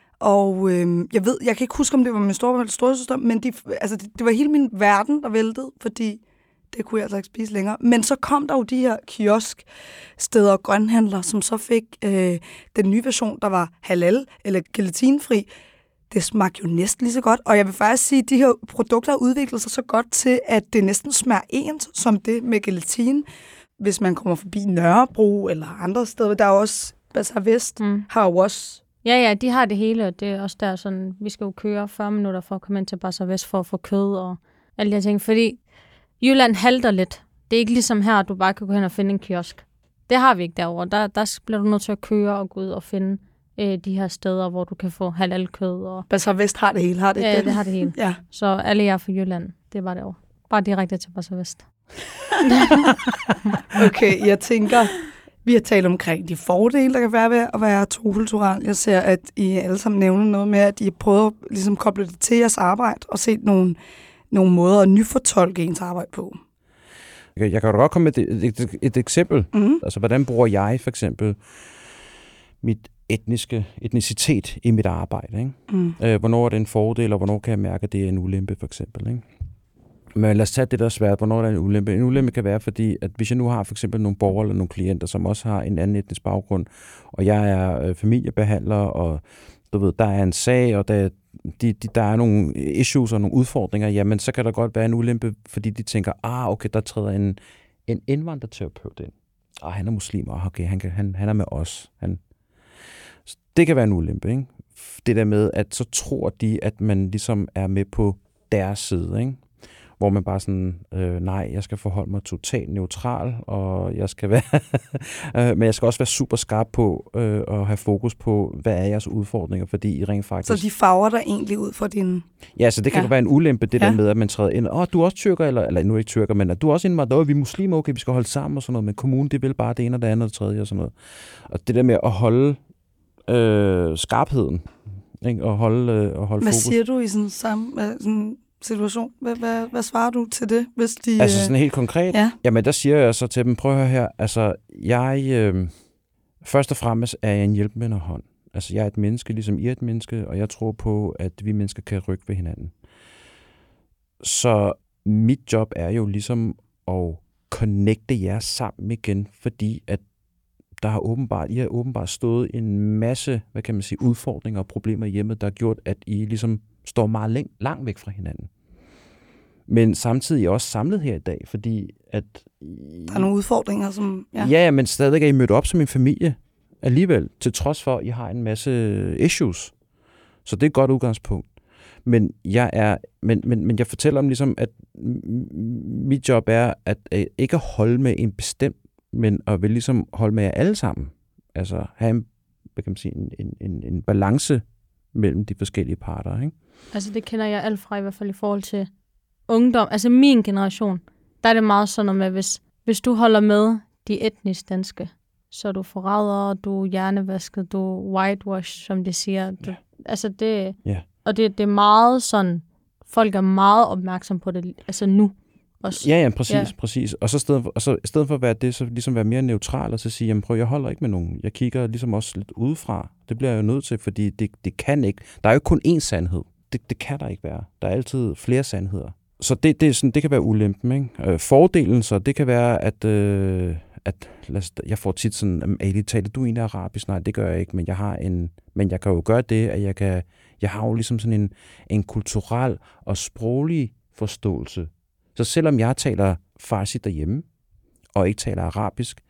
og øh, jeg ved, jeg kan ikke huske, om det var min storebror eller storesøster, men de, altså, det, det var hele min verden, der væltede, fordi det kunne jeg altså ikke spise længere. Men så kom der jo de her kiosksteder og grønhandler, som så fik øh, den nye version, der var halal eller gelatinefri. Det smagte jo næsten lige så godt, og jeg vil faktisk sige, at de her produkter har udviklet sig så godt til, at det næsten smager ens som det med gelatin. Hvis man kommer forbi Nørrebro eller andre steder, der er også, Bazar Vest mm. har jo også... Ja, ja, de har det hele, og det er også der sådan, vi skal jo køre fyrre minutter for at komme ind til Bazar Vest for at få kød og alle de her ting, fordi Jylland halter lidt. Det er ikke ligesom her, at du bare kan gå hen og finde en kiosk. Det har vi ikke derovre. Der, der bliver du nødt til at køre og gå ud og finde øh, de her steder, hvor du kan få halalkød. Og... Bazar Vest har det hele, har det ikke? Ja, det har det hele. Ja. Så alle jer fra Jylland, det var derovre. Bare direkte til Bazar Vest. Okay, jeg tænker, vi har talt omkring de fordele, der kan være ved at være tokulturel. Jeg ser, at I alle sammen nævner noget med, at I prøver at ligesom koble det til jeres arbejde og se nogle, nogle måder at nyfortolke ens arbejde på. Jeg kan jo godt komme med et, et, et, et eksempel. Mm-hmm. Altså, hvordan bruger jeg for eksempel mit etniske etnicitet i mit arbejde? Ikke? Mm. Øh, hvornår er det en fordel, og hvornår kan jeg mærke, at det er en ulempe, for eksempel? Ikke? Men lad os tage det, der er svært. Hvornår er der en ulempe? En ulempe kan være, fordi at hvis jeg nu har for eksempel nogle borgere eller nogle klienter, som også har en anden etnisk baggrund, og jeg er øh, familiebehandler, og du ved, der er en sag, og der, de, de, der er nogle issues og nogle udfordringer, jamen så kan der godt være en ulempe, fordi de tænker, ah, okay, der træder en, en indvandrerterapeut ind. Ah, han er muslim, og okay, han, kan, han, han er med os. Han. Det kan være en ulempe, ikke? Det der med, at så tror de, at man ligesom er med på deres side, ikke? Hvor man bare sådan, øh, nej, jeg skal forholde mig totalt neutral, og jeg skal være, men jeg skal også være super skarp på øh, at have fokus på, hvad er jeres udfordringer, fordi I rent faktisk... Så de farver der egentlig ud for din... Ja, så det kan ja. være en ulempe, det ja. der med, at man træder ind, åh, oh, du er også tyrker, eller, eller nu er ikke tyrker, men at du er også indvandrer, vi er muslimer, okay, vi skal holde sammen og sådan noget, men kommunen, det vil bare det ene og det andet og det tredje og sådan noget. Og det der med at holde øh, skarpheden, ikke? Og holde, øh, og holde hvad fokus. Hvad siger du i sådan samme... Sådan situation? Hvad, hvad, hvad svarer du til det, hvis de... Altså sådan helt konkret? Ja. Jamen, der siger jeg så til dem, prøv at høre her, altså, jeg... Øh, først og fremmest er jeg en hjælpende hånd. Altså, jeg er et menneske, ligesom I er et menneske, og jeg tror på, at vi mennesker kan rykke ved hinanden. Så mit job er jo ligesom at connecte jer sammen igen, fordi at der har åbenbart, I har åbenbart stået en masse, hvad kan man sige, udfordringer og problemer i hjemmet, der har gjort, at I ligesom står meget læng- langt væk fra hinanden. Men samtidig er I også samlet her i dag, fordi at... Der er nogle udfordringer, som... Ja, ja, men stadig er I mødt op som en familie alligevel, til trods for, at I har en masse issues. Så det er et godt udgangspunkt. Men jeg er, men, men, men jeg fortæller dem ligesom, at mit job er, at, at ikke at holde med en bestemt, men at vil ligesom holde med jer alle sammen. Altså have en, hvad kan man sige, en, en, en balance mellem de forskellige parter, ikke? Altså det kender jeg alt fra, i hvert fald i forhold til ungdom. Altså min generation, der er det meget sådan med, hvis, hvis du holder med de etnisk danske, så er du forræder, du er hjernevasket, du er whitewash, som de siger. Du, ja. Altså det, ja. Og det, det er meget sådan, folk er meget opmærksom på det, altså nu. Også. Ja, ja, præcis, ja. præcis. Og så i stedet for, og så, i stedet for at være det, så ligesom være mere neutral, og så sige, jamen prøv, jeg holder ikke med nogen. Jeg kigger ligesom også lidt udefra. Det bliver jeg jo nødt til, fordi det, det kan ikke. Der er jo kun én sandhed. Det, det kan der ikke være. Der er altid flere sandheder. Så det, det, er sådan, det kan være ulempen, ikke? Øh, fordelen så, det kan være, at, øh, at lad os, jeg får tit sådan, Ali, taler du egentlig arabisk? Nej, det gør jeg ikke, men jeg har en, men jeg kan jo gøre det, at jeg kan, jeg har jo ligesom sådan en, en kulturel og sproglig forståelse. Så selvom jeg taler farsi derhjemme, og ikke taler arabisk,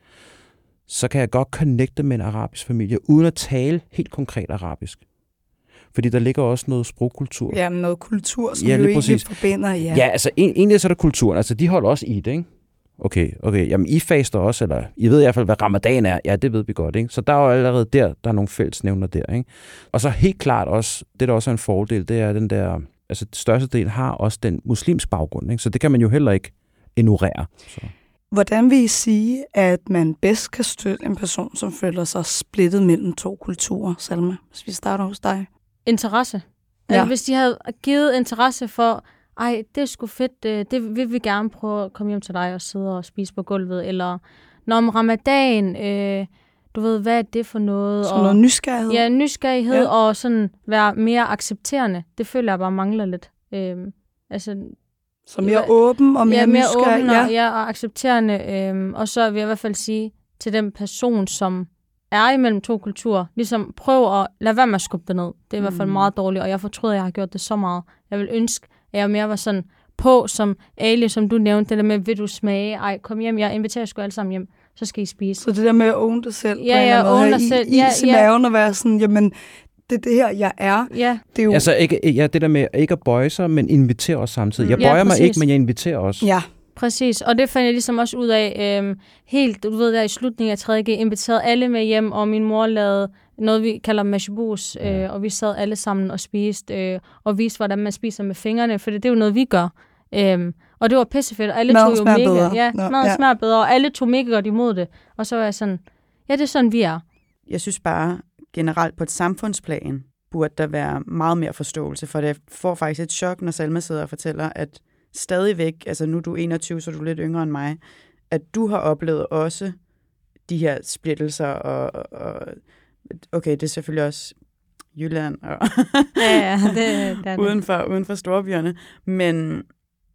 så kan jeg godt connecte med en arabisk familie, uden at tale helt konkret arabisk. Fordi der ligger også noget sprogkultur. Ja, noget kultur, som ja, jo præcis. egentlig forbinder, ja. Ja, altså egentlig så er der kulturen. Altså de holder også i det, ikke? Okay, okay. Jamen I faster også, eller I ved i hvert fald, hvad ramadan er. Ja, det ved vi godt, ikke? Så der er jo allerede der, der er nogle fællesnævner der, ikke? Og så helt klart også, det der også er en fordel, det er den der, altså største del har også den muslimsk baggrund, ikke? Så det kan man jo heller ikke ignorere. Så. Hvordan vil I sige, at man bedst kan støtte en person, som føler sig splittet mellem to kulturer, Salma? Hvis vi starter hos dig. Interesse. Ja. Altså, hvis de havde givet interesse for, ej, det er sgu fedt, det vil vi gerne prøve at komme hjem til dig og sidde og spise på gulvet, eller når om ramadan, øh, du ved, hvad er det for noget? Så noget nysgerrighed? Ja, nysgerrighed, ja. Og sådan være mere accepterende. Det føler jeg bare mangler lidt. Øh, altså... Så mere åben og mere, ja, mere nysgerrig. Åben og, ja, og accepterende. Øh, og så vil jeg i hvert fald sige til den person, som er imellem to kulturer, ligesom prøv at lade være med at skubbe det ned. Det er i mm. hvert fald meget dårligt, og jeg fortryder, at jeg har gjort det så meget. Jeg vil ønske, at jeg mere var sådan på, som Ali, som du nævnte, det der med, vil du smage? Ej, kom hjem, jeg inviterer sgu alle sammen hjem, så skal I spise. Så det der med at own dig selv, ja, ja, own dig selv. I, ja, i, i ja. maven og være sådan, jamen, det er det her, jeg er. Ja. Det er jo... Altså ikke, ja, det der med ikke at bøje sig, men invitere os samtidig. Jeg bøjer ja, mig ikke, men jeg inviterer os. Ja. Præcis, og det fandt jeg ligesom også ud af, øhm, helt, du ved der i slutningen af tredje G, inviterede alle med hjem, og min mor lavede noget, vi kalder mashbus, øh, og vi sad alle sammen og spiste, øh, og viste, hvordan man spiser med fingrene, for det, det er jo noget, vi gør. Øhm, og det var pissefedt, og alle maden tog jo mega, bedre. ja, Nå, maden ja. smager bedre, og alle tog mega godt imod det. Og så var jeg sådan, ja, det er sådan, vi er. Jeg synes bare, generelt på et samfundsplan, burde der være meget mere forståelse, for det får faktisk et chok, når Salma sidder og fortæller, at stadigvæk, altså nu er du enogtyve, så er du lidt yngre end mig, at du har oplevet også de her splittelser, og, og okay, det er selvfølgelig også Jylland, og ja, ja, det, det er det. Uden, for, uden for storbyerne, men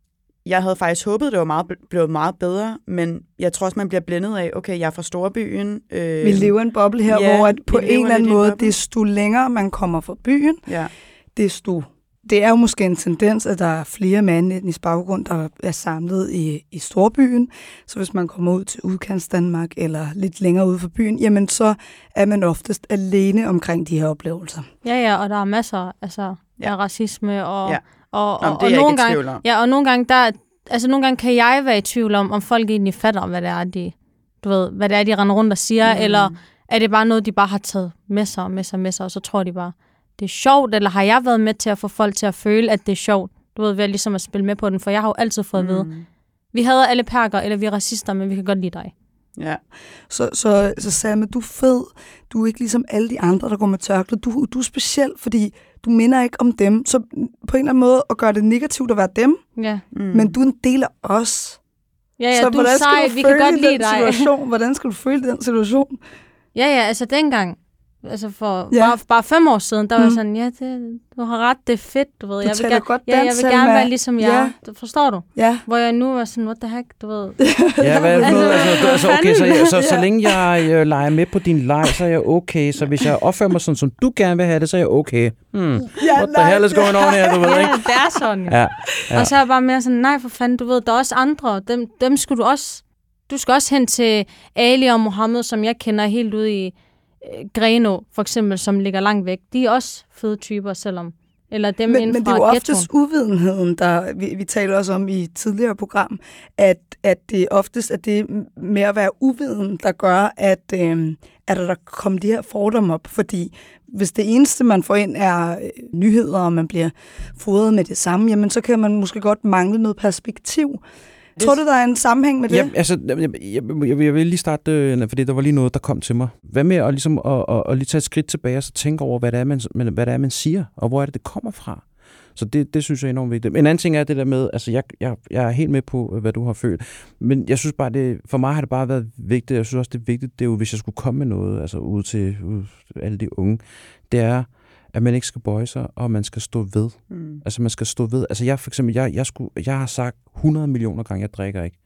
jeg havde faktisk håbet, det var meget, blevet meget bedre, men jeg tror også, man bliver blændet af, okay, jeg er fra storbyen. Øh, vi lever en boble her, ja, hvor at på en eller anden måde, boble. desto længere man kommer fra byen, ja. desto... Det er jo måske en tendens, at der er flere med anden etnisk baggrund, der er samlet i, i storbyen. Så hvis man kommer ud til udkants Danmark eller lidt længere ude for byen, jamen så er man oftest alene omkring de her oplevelser. Ja, ja, og der er masser altså, ja. af racisme og... Ja. Og, Nå, og, det er og jeg nogle ikke i gange, tvivl om. Ja, og nogle gange, der, altså nogle gange kan jeg være i tvivl om, om folk egentlig fatter, hvad det er, de, du ved, hvad det er, de render rundt og siger, mm. eller er det bare noget, de bare har taget med sig, med sig, med sig, og så tror de bare, det er sjovt, eller har jeg været med til at få folk til at føle, at det er sjovt, du ved, ved ligesom at spille med på den, for jeg har jo altid fået mm. at vide, vi hader alle perker, eller vi er racister, men vi kan godt lide dig. Ja. Så, så, så Salma, du er fed. Du er ikke ligesom alle de andre, der går med tørklæde. Du, du er speciel, fordi du minder ikke om dem. Så på en eller anden måde at gøre det negativt at være dem, ja. mm. men du er en del af os. Ja, ja, så du er sej, vi kan godt lide dig. Situation? Hvordan skal du føle den situation? Ja, ja, altså dengang, altså for ja. bare, bare fem år siden, der mm. var jeg sådan, ja, det, du har ret, det er fedt, du ved. Du jeg vil gerne, godt ja, jeg vil gerne være ligesom jer, ja. forstår du? Ja. Hvor jeg nu var sådan, what the heck, du ved. Ja, hvad er det noget? Altså, altså, okay, så, så, så, så længe jeg øh, leger med på din leg, så er jeg okay. Så hvis jeg opfører mig sådan, som du gerne vil have det, så er jeg okay. Hmm. Ja, what the hell is going on her, du ved, ikke? Ja, det er sådan, ja. Ja. Og så er jeg bare mere sådan, nej for fanden, du ved, der er også andre, dem, dem skulle du også, du skal også hen til Ali og Mohammed, som jeg kender helt ude i Greno, for eksempel, som ligger langt væk, de er også fede typer, selvom... Eller dem men, inden men det er jo oftest uvidenheden, der vi, vi taler også om i et tidligere program, at, at det oftest er det med at være uviden, der gør, at, øh, at der kommer de her fordomme op. Fordi hvis det eneste, man får ind, er nyheder, og man bliver fodret med det samme, jamen så kan man måske godt mangle noget perspektiv. Det... Tror du, der er en sammenhæng med det? Ja, altså, jeg, jeg, jeg, jeg vil lige starte, fordi der var lige noget, der kom til mig. Hvad med at, ligesom, at, at, at lige tage et skridt tilbage og så tænke over, hvad det, er, man, hvad det er, man siger, og hvor er det, det kommer fra? Så det, det synes jeg er enormt vigtigt. En anden ting er det der med, altså jeg, jeg, jeg er helt med på, hvad du har følt, men jeg synes bare, det, for mig har det bare været vigtigt, jeg synes også, det er vigtigt, det er jo, hvis jeg skulle komme med noget, altså ud til ud, alle de unge, det er, at man ikke skal bøje sig, og man skal stå ved. Mm. Altså, man skal stå ved. Altså, jeg for eksempel, jeg, jeg, skulle, jeg har sagt hundrede millioner gange, jeg drikker ikke.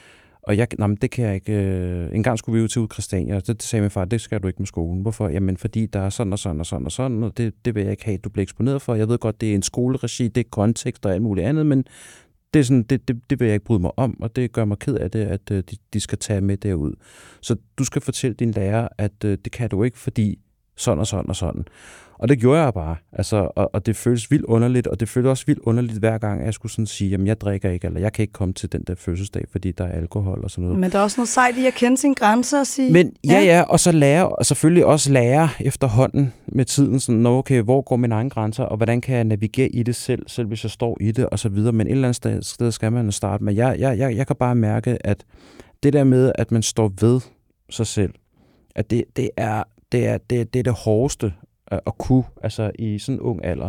Og jeg, nej, men det kan jeg ikke. Øh, en gang skulle vi ud til ud Christiania, og det, det sagde min far, det skal du ikke med skolen. Hvorfor? Jamen, fordi der er sådan og sådan og sådan og sådan, og det, det vil jeg ikke have, du bliver eksponeret for. Jeg ved godt, det er en skoleregi, det er kontekst og alt muligt andet, men det, er sådan, det, det, det vil jeg ikke bryde mig om, og det gør mig ked af det, at øh, de, de skal tage med derud. Så du skal fortælle din lærer, at øh, det kan du ikke, fordi sådan og sådan og sådan. Og det gjorde jeg bare, altså, og, og det føles vildt underligt, og det føles også vildt underligt hver gang, at jeg skulle sådan sige, jamen jeg drikker ikke, eller jeg kan ikke komme til den der fødselsdag, fordi der er alkohol og sådan noget. Men der er også noget sejt i at kende sine grænser og sige... Men ja, ja, og så lære, og selvfølgelig også lære efterhånden med tiden, sådan, nå, okay, hvor går mine egne grænser, og hvordan kan jeg navigere i det selv, selv hvis jeg står i det, og så videre. Men et eller andet sted, sted skal man starte med. Jeg, jeg, jeg, jeg kan bare mærke, at det der med, at man står ved sig selv, at det, det er det, er, det, det er det hårdeste, at kunne, altså i sådan en ung alder.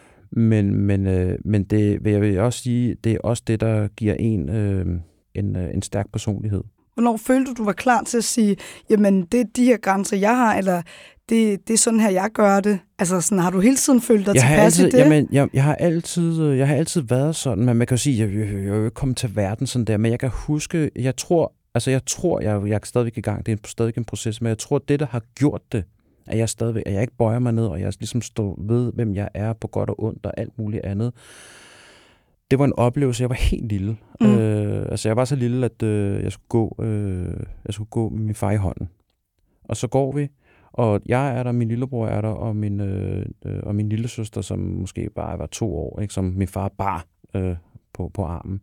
Men, men, øh, men det vil jeg vil også sige, det er også det, der giver en øh, en, øh, en stærk personlighed. Hvornår følte du, du var klar til at sige, jamen det er de her grænser, jeg har, eller det, det er sådan her, jeg gør det? Altså sådan, har du hele tiden følt dig tilpas i det? Jamen, jeg, jeg, har altid, jeg har altid været sådan, men man kan jo sige, jeg, jeg, jeg, jeg er jo ikke kommet til verden sådan der, men jeg kan huske, jeg tror, altså jeg tror, jeg, jeg er stadigvæk i gang, det er stadig en proces, men jeg tror, det, der har gjort det, at jeg stadigvæk, at jeg ikke bøjer mig ned, og jeg ligesom står ved, hvem jeg er på godt og ondt og alt muligt andet. Det var en oplevelse. Jeg var helt lille. Mm. Øh, altså jeg var så lille, at øh, jeg skulle gå, øh, jeg skulle gå med min far i hånden. Og så går vi, og jeg er der, min lillebror er der, og min øh, og min lillesøster, som måske bare var to år, ikke, som min far bar øh, på på armen.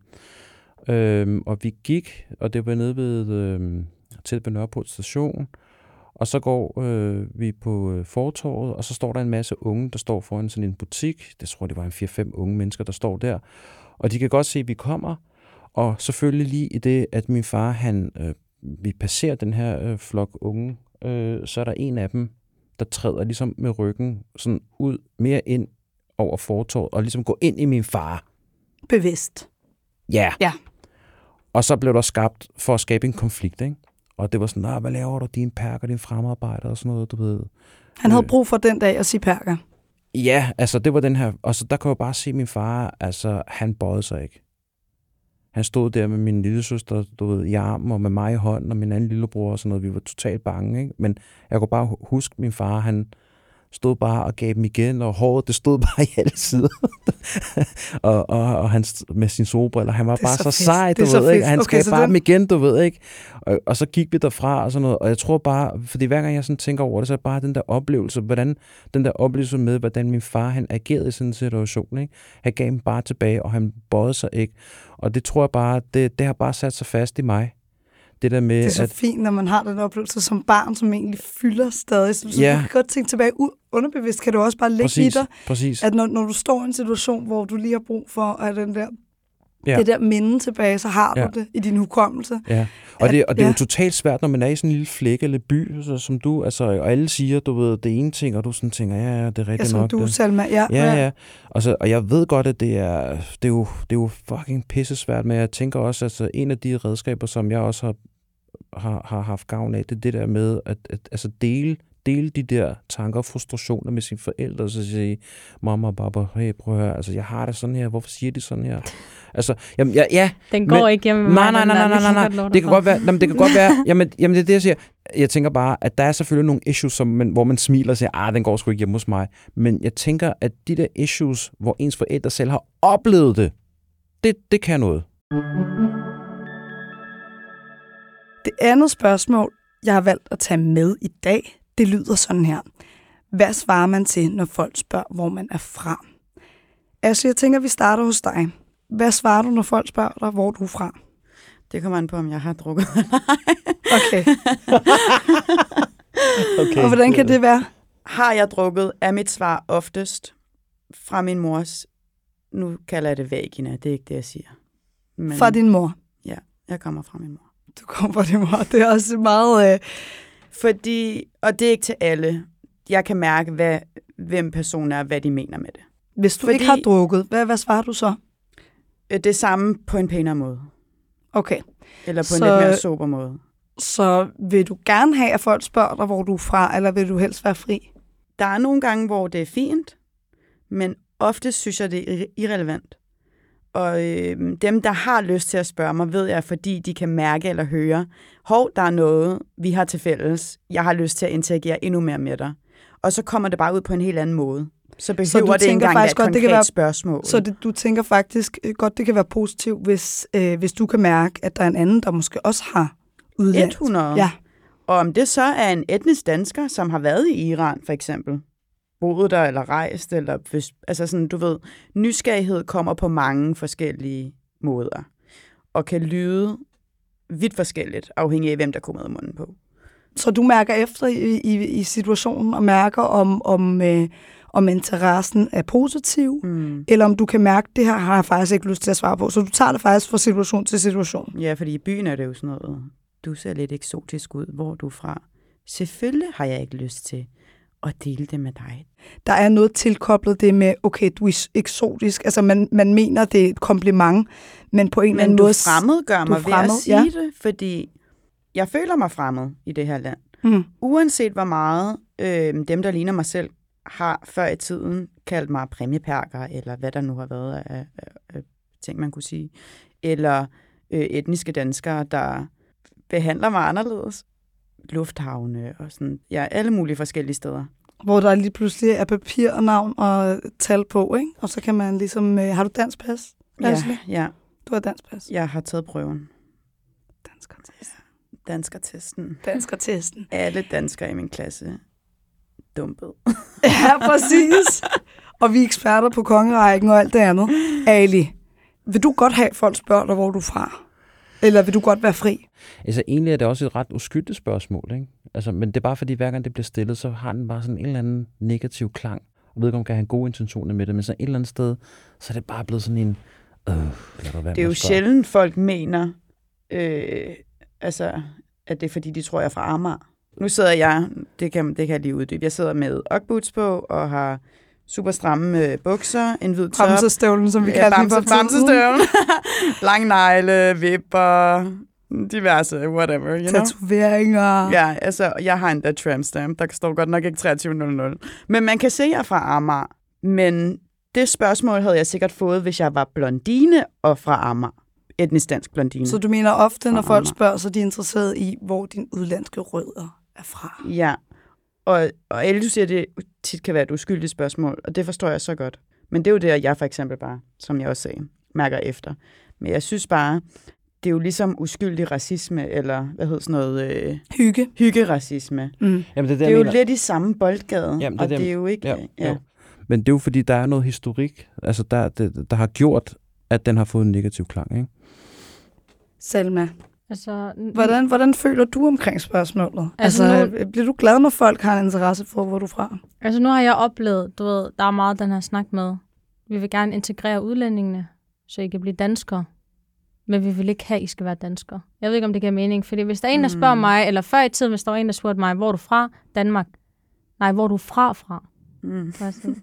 Øh, og vi gik, og det var nede ved øh, tæt ved Nørreport station. Og så går øh, vi på øh, fortorvet, og så står der en masse unge, der står foran sådan en butik. Det tror jeg, det var en fire fem unge mennesker, der står der. Og de kan godt se, at vi kommer. Og selvfølgelig lige i det, at min far, han, øh, vi passerer den her øh, flok unge, øh, så er der en af dem, der træder ligesom med ryggen sådan ud mere ind over fortorvet, og ligesom går ind i min far. Bevidst. Ja. Ja. Og så blev der skabt for at skabe en konflikt, ikke? Og det var sådan, nej, hvad laver du, dine perker, din fremarbejder og sådan noget, du ved. Han havde brug for den dag at sige perker. Ja, altså det var den her, og så der kan jeg bare se min far, altså han bøjede sig ikke. Han stod der med min lille søster, du ved, i armen, og med mig i hånden, og min anden lillebror og sådan noget. Vi var totalt bange, ikke? Men jeg kunne bare huske, min far, han stod bare og gav dem igen, og håret, det stod bare i alle sider. og, og, og han med sin solbriller, han var bare så, så sej, du ved, så ikke? Han okay, gav bare dem igen, du ved, ikke? Og, og så gik vi derfra og sådan noget, og jeg tror bare, fordi hver gang jeg sådan tænker over det, så er bare den der oplevelse, hvordan den der oplevelse med, hvordan min far, han agerede i sådan en situation, ikke? Han gav dem bare tilbage, og han bøjede sig ikke. Og det tror jeg bare, det, det har bare sat sig fast i mig. Det, der med, det er så at, fint, når man har den oplevelse som barn, som egentlig fylder stadig. Så ja. du kan godt tænke tilbage. Underbevidst kan du også bare ligge præcis, i dig, præcis. at når, når du står i en situation, hvor du lige har brug for at den der, ja. det der minde tilbage, så har ja. du det i din hukommelse. Ja. Og, det, og det er ja. jo totalt svært, når man er i sådan en lille flæk eller by, så, som du, altså, og alle siger, du ved, det ene ting, og du sådan tænker, ja, ja, det er rigtigt ja, som nok. du, det. Salma, ja. Ja, ja. Og, så, og jeg ved godt, at det er, det er, jo, det er jo fucking pissesvært, men jeg tænker også, at altså, en af de redskaber, som jeg også har Har, har haft gavn af, det er det der med at, at altså dele, dele de der tanker og frustrationer med sine forældre, og så sige, mamma og papa, hey, prøv at høre, altså jeg har det sådan her, hvorfor siger de sådan her? Altså, jamen, ja, ja. Den går men, ikke hjemme med nej, mig. Nej, nej, nej, nej, nej, det kan godt være, jamen, det kan godt være, jamen, jamen det er det, jeg siger. Jeg tænker bare, at der er selvfølgelig nogle issues, som man, hvor man smiler og siger, ah, den går sgu ikke hjemme hos mig. Men jeg tænker, at de der issues, hvor ens forældre selv har oplevet det, det, det kan noget. Det andet spørgsmål, jeg har valgt at tage med i dag, det lyder sådan her. Hvad svarer man til, når folk spørger, hvor man er fra? Altså, jeg tænker, vi starter hos dig. Hvad svarer du, når folk spørger dig, hvor du er fra? Det kommer an på, om jeg har drukket. Okay. Okay. Og hvordan kan det være? Har jeg drukket, er mit svar oftest fra min mors, nu kalder jeg det vagina, det er ikke det, jeg siger. Men, fra din mor? Ja, jeg kommer fra min mor. Du kommer fra din mor. Det er også meget... Øh... Fordi, og det er ikke til alle. Jeg kan mærke, hvad, hvem personen er, hvad de mener med det. Hvis du Fordi, ikke har drukket, hvad, hvad svarer du så? Det samme på en pænere måde. Okay. Eller på så, en lidt mere sober måde. Så vil du gerne have, at folk spørger dig, hvor du er fra, eller vil du helst være fri? Der er nogle gange, hvor det er fint, men ofte synes jeg, det er irrelevant. Og øh, dem, der har lyst til at spørge mig, ved jeg, fordi de kan mærke eller høre, hov, der er noget, vi har til fælles. Jeg har lyst til at interagere endnu mere med dig. Og så kommer det bare ud på en helt anden måde. Så behøver så det ikke engang være et godt, konkret være, spørgsmål. Så det, du tænker faktisk godt, det kan være positivt, hvis, øh, hvis du kan mærke, at der er en anden, der måske også har udlært. hundrede Ja. Og om det så er en etnisk dansker, som har været i Iran, for eksempel, boet der eller rejst, eller hvis, altså sådan, du ved, nysgerrighed kommer på mange forskellige måder, og kan lyde vidt forskelligt, afhængig af, hvem der kommer ud af munden på. Så du mærker efter i, i, i situationen, og mærker, om, om, øh, om interessen er positiv, mm. eller om du kan mærke, det her har jeg faktisk ikke lyst til at svare på. Så du tager det faktisk fra situation til situation. Ja, fordi i byen er det jo sådan noget, du ser lidt eksotisk ud, hvor du er fra. Selvfølgelig har jeg ikke lyst til at dele det med dig. Der er noget tilkoblet det med, okay, du er eksotisk. Altså, man, man mener, det er et kompliment, men på en eller anden måde... Men du fremmedgør mig fremmed, ved at sige ja. det, fordi jeg føler mig fremmed i det her land. Mm. Uanset hvor meget øh, dem, der ligner mig selv, har før i tiden kaldt mig præmieperker, eller hvad der nu har været af, af, af ting, man kunne sige. Eller øh, etniske danskere, der behandler mig anderledes. Lufthavne og sådan, ja, alle mulige forskellige steder. Hvor der lige pludselig er papir og navn og tal på, ikke? Og så kan man ligesom... Øh, har du dansk pas? Ja, ja. Du har dansk pas? Jeg har taget prøven. Danskertesten. Ja, danskertesten. Danskertesten. Alle danskere i min klasse dumpet. Ja, præcis. Og vi er eksperter på kongerækken og alt det andet. Ali, vil du godt have, at folk spørger dig, hvor du er fra? Eller vil du godt være fri? Altså egentlig er det også et ret uskyldigt spørgsmål, ikke? Altså, men det er bare fordi, hver gang det bliver stillet, så har den bare sådan en eller anden negativ klang. Jeg ved ikke, om man kan have gode intentioner med det, men så et eller andet sted, så er det bare blevet sådan en... Øh, det er jo sjældent, folk mener, øh, altså, at det er fordi, de tror, jeg er fra Amager. Nu sidder jeg, det kan, det kan jeg lige uddybe, jeg sidder med Ugg-boots på og har super stramme øh, bukser, en hvid top. Bamsestøvlen, som vi kalder ja, den. Bamsestøvlen. Lang negle, vipper, diverse, whatever, you know. Tatoveringer. Ja, altså, jeg har en der tramp stamp, der står godt nok ikke treogtyve nul nul. Men man kan se, at jeg er fra Amager. Men det spørgsmål havde jeg sikkert fået, hvis jeg var blondine og fra Amager. etnisk dansk blondine. Så du mener ofte, når Fra folk Amager. spørger, så er de interesseret i, hvor din udlandske rødder er fra? Ja, og, og alle du siger, det tit kan være et uskyldigt spørgsmål, og det forstår jeg så godt. Men det er jo det, jeg for eksempel bare, som jeg også sagde, mærker efter. Men jeg synes bare, det er jo ligesom uskyldig racisme, eller hvad hedder sådan noget? Øh, Hygge. Hyggeracisme. Mm. Jamen, det er, det, Det er jo lidt i samme boldgade, Jamen, det er og det, det er jo ikke... Ja, Ja, jo. Men det er jo fordi, der er noget historik, altså der, det, der har gjort, at den har fået en negativ klang, ikke? Salma, Altså, n- hvordan, hvordan føler du omkring spørgsmålet? Altså, Altså, bliver du glad, når folk har en interesse for, hvor du er fra? altså nu har jeg oplevet, du ved, der er meget den her snak med, vi vil gerne integrere udlændingene, så I kan blive danskere, men vi vil ikke have, at I skal være danskere. Jeg ved ikke, om det giver mening, fordi hvis der er en, der spørger Mm. mig, eller før i tiden, hvis der var en, der spurgte mig, hvor er du fra? Danmark. Nej, hvor er du fra fra? mm. Så er jeg sådan,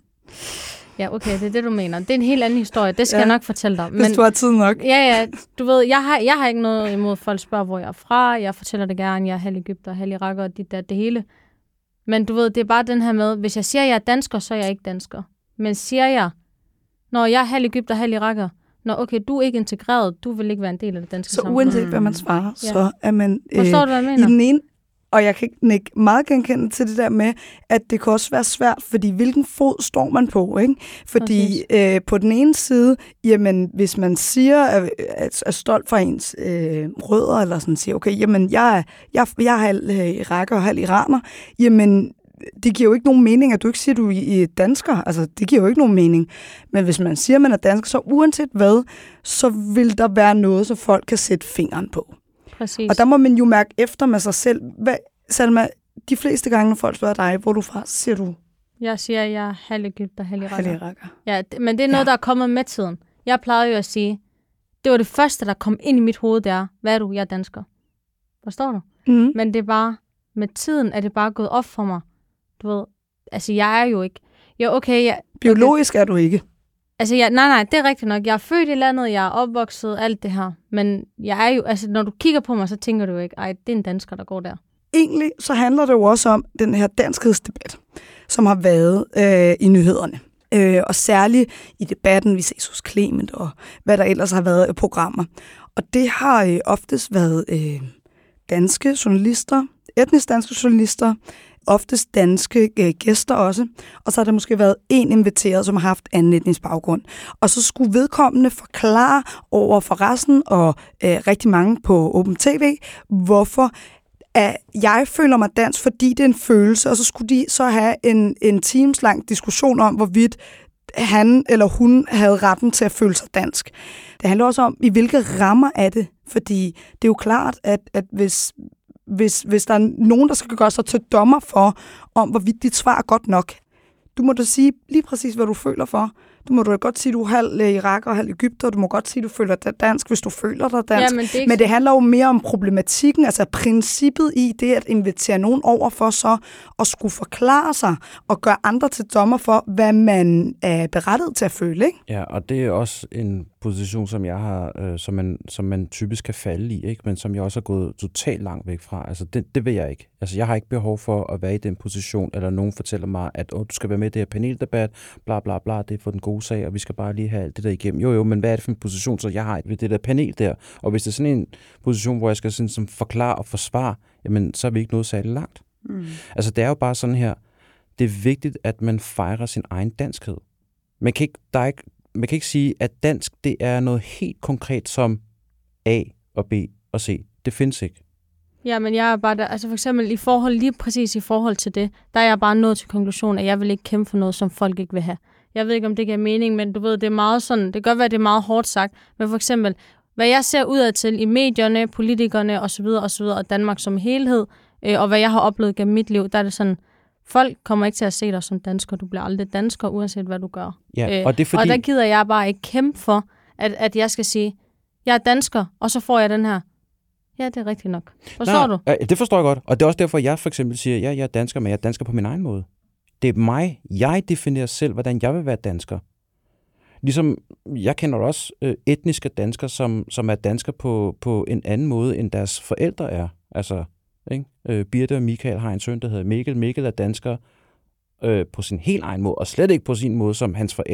ja, okay, det er det, du mener. Det er en helt anden historie, det skal Ja. jeg nok fortælle dig. Hvis du har tid nok. Ja, ja, du ved, jeg har, jeg har ikke noget imod, at folk spørger, hvor jeg er fra. Jeg fortæller det gerne, jeg er halv egypter, halv iraker, dit der, det hele. Men du ved, det er bare den her med, hvis jeg siger, at jeg er dansker, så er jeg ikke dansker. Men siger jeg, når jeg er halv egypter, halv iraker, når okay, du er ikke integreret, du vil ikke være en del af det danske Så samfund. uanset hvad man svarer, Ja. så er man Forstår du, hvad jeg i mener? den ene. Og jeg kan ikke meget genkende til det der med, at det kan også være svært, fordi hvilken fod står man på, ikke? Fordi øh, på den ene side, jamen hvis man siger, at er, er stolt for ens øh, rødder, eller sådan siger, okay, jamen jeg er, jeg, jeg er halv øh, iraker og halv iraner, jamen det giver jo ikke nogen mening, at du ikke siger, at du er dansker. Altså, det giver jo ikke nogen mening. Men hvis man siger, at man er dansker, så uanset hvad, så vil der være noget, så folk kan sætte fingeren på. Præcis. Og der må man jo mærke efter med sig selv. Hvad, Salma, de fleste gange, når folk spørger dig, hvor er du fra, så siger du Jeg siger, at jeg er halv egypter, halv iraker. halv iraker. Ja, det, men det er noget, Ja. der er kommet med tiden. Jeg plejede jo at sige, det var det første, der kom ind i mit hoved, det er, hvad er du? Jeg er dansker. Forstår du? Mm. Men det er bare, med tiden er det bare gået op for mig. Du ved, altså jeg er jo ikke, jo okay, jeg, Biologisk er du ikke. altså jeg, nej nej, det er rigtigt nok, jeg er født i landet, jeg er opvokset, alt det her, men jeg er jo, altså når du kigger på mig, så tænker du jo ikke, ej, det er en dansker, der går der. Egentlig så handler det jo også om den her danskhedsdebat, som har været øh, i nyhederne. Øh, og særligt i debatten, vi ses hos Clement og hvad der ellers har været af programmer. Og det har øh, oftest været øh, danske journalister, etnisk danske journalister, oftest danske øh, gæster også. Og så har der måske været en inviteret, som har haft anden etnisk baggrund. Og så skulle vedkommende forklare over for resten og øh, rigtig mange på Åben T V, hvorfor at jeg føler mig dansk, fordi det er en følelse, og så skulle de så have en, en times lang diskussion om, hvorvidt han eller hun havde retten til at føle sig dansk. Det handler også om, i hvilke rammer er det, fordi det er jo klart, at, at hvis, hvis, hvis der er nogen, der skal gøre sig til dommer for, om hvorvidt dit svar er godt nok, du må da sige lige præcis, hvad du føler for. Du må da godt sige, at du er halv iraker og halv egypter, du må godt sige, at du føler dig dansk, hvis du føler dig dansk. Ja, men det er ikke Men det handler jo mere om problematikken, altså princippet i det at invitere nogen over for så at skulle forklare sig og gøre andre til dommer for, hvad man er berettiget til at føle, ikke? Ja, og det er også en position, som jeg har, øh, som, man, som man typisk kan falde i, ikke? Men som jeg også har gået totalt langt væk fra. Altså, det, det vil jeg ikke. Altså, jeg har ikke behov for at være i den position, eller nogen fortæller mig, at oh, du skal være med i det her paneldebat, bla bla bla, det er for den gode sag, og vi skal bare lige have alt det der igennem. Jo jo, men hvad er det for en position, så jeg har ved det der panel der? Og hvis det er sådan en position, hvor jeg skal sådan, som forklare og forsvare, jamen, så er vi ikke nået særlig langt. Mm. Altså, det er jo bare sådan her, det er vigtigt, at man fejrer sin egen danskhed. Man kan ikke, der er ikke, man kan ikke sige, at dansk, det er noget helt konkret som A og B og C. Det findes ikke. Ja, men jeg er bare der, altså for eksempel i forhold, lige præcis i forhold til det, der er jeg bare nået til konklusionen, at jeg vil ikke kæmpe for noget, som folk ikke vil have. Jeg ved ikke, om det giver mening, men du ved, det er meget sådan, det kan godt være, det er meget hårdt sagt, men for eksempel, hvad jeg ser udad til i medierne, politikerne osv. osv. og Danmark som helhed, øh, og hvad jeg har oplevet gennem mit liv, der er det sådan, folk kommer ikke til at se dig som dansker, du bliver aldrig dansker, uanset hvad du gør. Ja, Øh, og det er fordi... Og der gider jeg bare ikke kæmpe for, at, at jeg skal sige, jeg er dansker, og så får jeg den her. Ja, det er rigtigt nok. Forstår Nej, du? Ja, det forstår jeg godt. Og det er også derfor, jeg for eksempel siger, ja, jeg er dansker, men jeg er dansker på min egen måde. Det er mig. Jeg definerer selv, hvordan jeg vil være dansker. Ligesom, jeg kender også øh, etniske danskere, som, som er dansker på, på en anden måde, end deres forældre er. Altså, ikke? Øh, Birte og Michael har en søn, der hedder Mikkel. Mikkel er dansker øh, på sin helt egen måde, og slet ikke på sin måde, som hans forældre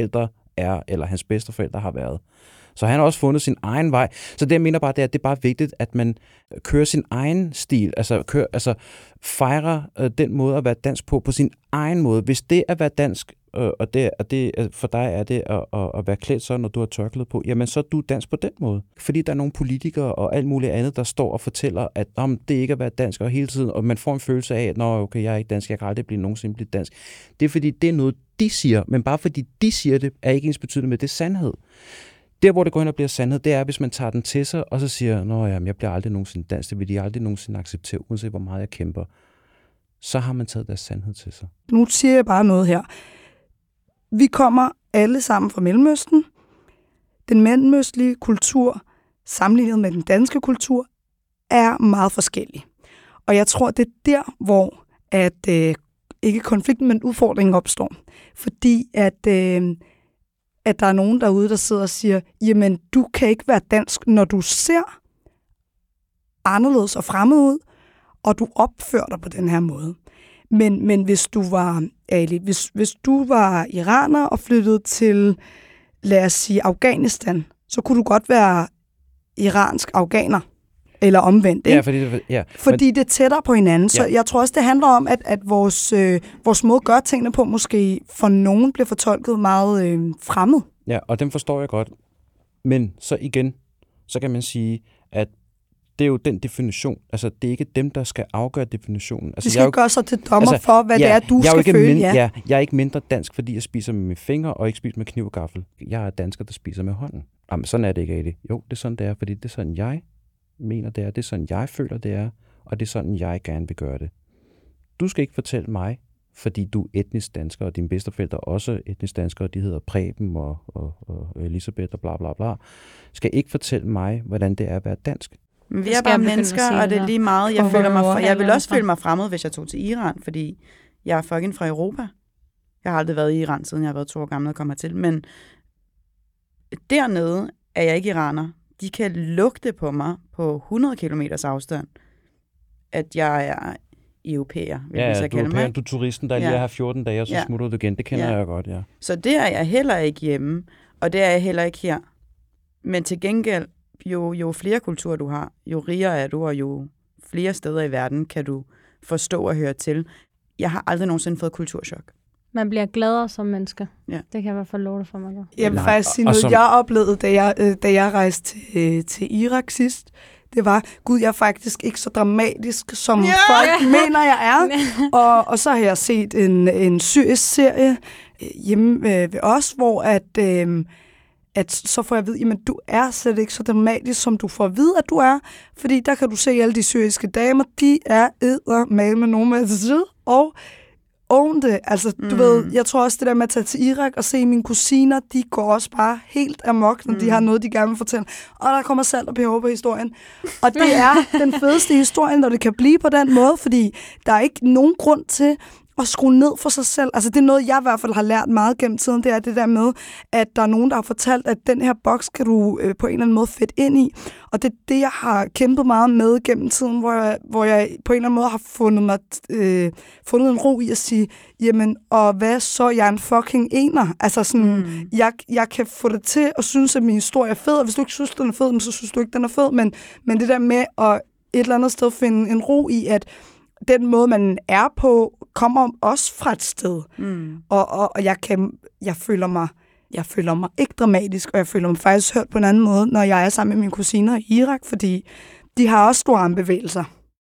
er, eller hans bedsteforældre har været. Så han har også fundet sin egen vej. Så det, jeg mener bare, det er, at det er bare vigtigt, at man kører sin egen stil, altså, kører, altså fejrer øh, den måde at være dansk på, på sin egen måde. Hvis det at være dansk, øh, og, det, og det, for dig er det at, at, at være klædt sådan, når du har tørklæde på, jamen så er du dansk på den måde. Fordi der er nogle politikere og alt muligt andet, der står og fortæller, at om det ikke er at være dansk, og hele tiden, og man får en følelse af, at nå, okay, jeg er ikke dansk, jeg kan aldrig blive nogensinde blive dansk. Det er fordi, det er noget, de siger, men bare fordi de siger det, er ikke ens betydende med, det er sandhed. Der, hvor det går hen og bliver sandhed, det er, hvis man tager den til sig, og så siger, nå jamen, jeg bliver aldrig nogensinde dansk, det vil de aldrig nogensinde acceptere, uanset hvor meget jeg kæmper. Så har man taget deres sandhed til sig. Nu siger jeg bare noget her. Vi kommer alle sammen fra Mellemøsten. Den mellemøstlige kultur, sammenlignet med den danske kultur, er meget forskellig. Og jeg tror, det er der, hvor at, øh, ikke konflikten, men udfordringen opstår. Fordi at... Øh, at der er nogen derude, der sidder og siger, jamen, du kan ikke være dansk, når du ser anderledes og fremmed ud, og du opfører dig på den her måde. Men, men hvis du var, Ali, hvis, hvis du var iraner og flyttede til, lad os sige, Afghanistan, så kunne du godt være iransk afghaner. Eller omvendt, ikke? Ja, fordi, det, ja. fordi Men, det er tættere på hinanden. Så ja. Jeg tror også, det handler om, at, at vores, øh, vores måde at gøre tingene på, måske for nogen bliver fortolket meget øh, fremmed. Ja, og dem forstår jeg godt. Men så igen, så kan man sige, at det er jo den definition. Altså, det er ikke dem, der skal afgøre definitionen. Altså, de skal jeg ikke gøre sig til dommer altså, for, hvad ja, det er, du skal føle. Mind, ja. Ja, jeg er ikke mindre dansk, fordi jeg spiser med mine fingre, og ikke spiser med kniv og gaffel. Jeg er dansker, der spiser med hånden. Jamen, sådan er det ikke, Ali. Jo, det er sådan, det er, fordi det er sådan, jeg mener, det er. Det er sådan, jeg føler, det er. Og det er sådan, jeg gerne vil gøre det. Du skal ikke fortælle mig, fordi du er etnisk dansker, og dine bedsteforældre er også etnisk danskere, de hedder Preben og, og, og Elisabeth og bla bla bla, skal ikke fortælle mig, hvordan det er at være dansk. Men vi er bare mennesker, og det er lige meget. Jeg, føler mig, jeg vil også føle mig fremmed, hvis jeg tog til Iran, fordi jeg er fucking fra Europa. Jeg har aldrig været i Iran, siden jeg har været to år gammel og kom hertil. Men dernede er jeg ikke iraner. De kan lugte på mig på hundrede kilometers afstand, at jeg er europæer, vil ja, jeg så du kalde mig. Du er turisten, der ja. lige er her fjorten dage, og så ja. smutter du igen. Det kender ja. jeg godt, ja. Så det er jeg heller ikke hjemme, og det er jeg heller ikke her. Men til gengæld, jo, jo flere kulturer du har, jo rigere er du, og jo flere steder i verden kan du forstå og høre til. Jeg har aldrig nogensinde fået kulturschok. Man bliver gladere som menneske. Ja. Det kan jeg i hvert fald love dig for mig. Der. Jeg vil faktisk sige noget, som... jeg oplevede, da jeg, da jeg rejste til, til Irak sidst. Det var, gud, jeg er faktisk ikke så dramatisk, som yeah! folk mener, jeg er. og, og så har jeg set en, en syrisk serie hjemme øh, ved os, hvor at, øh, at så får jeg at vide, jamen du er slet ikke så dramatisk, som du får at vide, at du er. Fordi der kan du se alle de syriske damer, de er eddermale med nogen med det, og own det. Altså, du mm. ved, jeg tror også, det der med at tage til Irak og se mine kusiner, de går også bare helt amok, når mm. de har noget, de gerne vil fortælle. Og der kommer salt og peber på historien. Og det er den fedeste historie, når det kan blive på den måde, fordi der er ikke nogen grund til at skrue ned for sig selv. Altså, det er noget, jeg i hvert fald har lært meget gennem tiden, det er det der med, at der er nogen, der har fortalt, at den her boks kan du øh, på en eller anden måde fedt ind i. Og det er det, jeg har kæmpet meget med gennem tiden, hvor jeg, hvor jeg på en eller anden måde har fundet, mig, øh, fundet en ro i at sige, jamen, og hvad så, jeg er en fucking ener. Altså sådan, mm. jeg, jeg kan få det til at synes, at min historie er fed, og hvis du ikke synes, den er fed, så synes du ikke, den er fed. Men, men det der med at et eller andet sted finde en ro i, at den måde, man er på, kommer også fra et sted. Mm. Og, og, og jeg, kan, jeg, føler mig, jeg føler mig ikke dramatisk, og jeg føler mig faktisk hørt på en anden måde, når jeg er sammen med mine kusiner i Irak, fordi de har også store armbevægelser.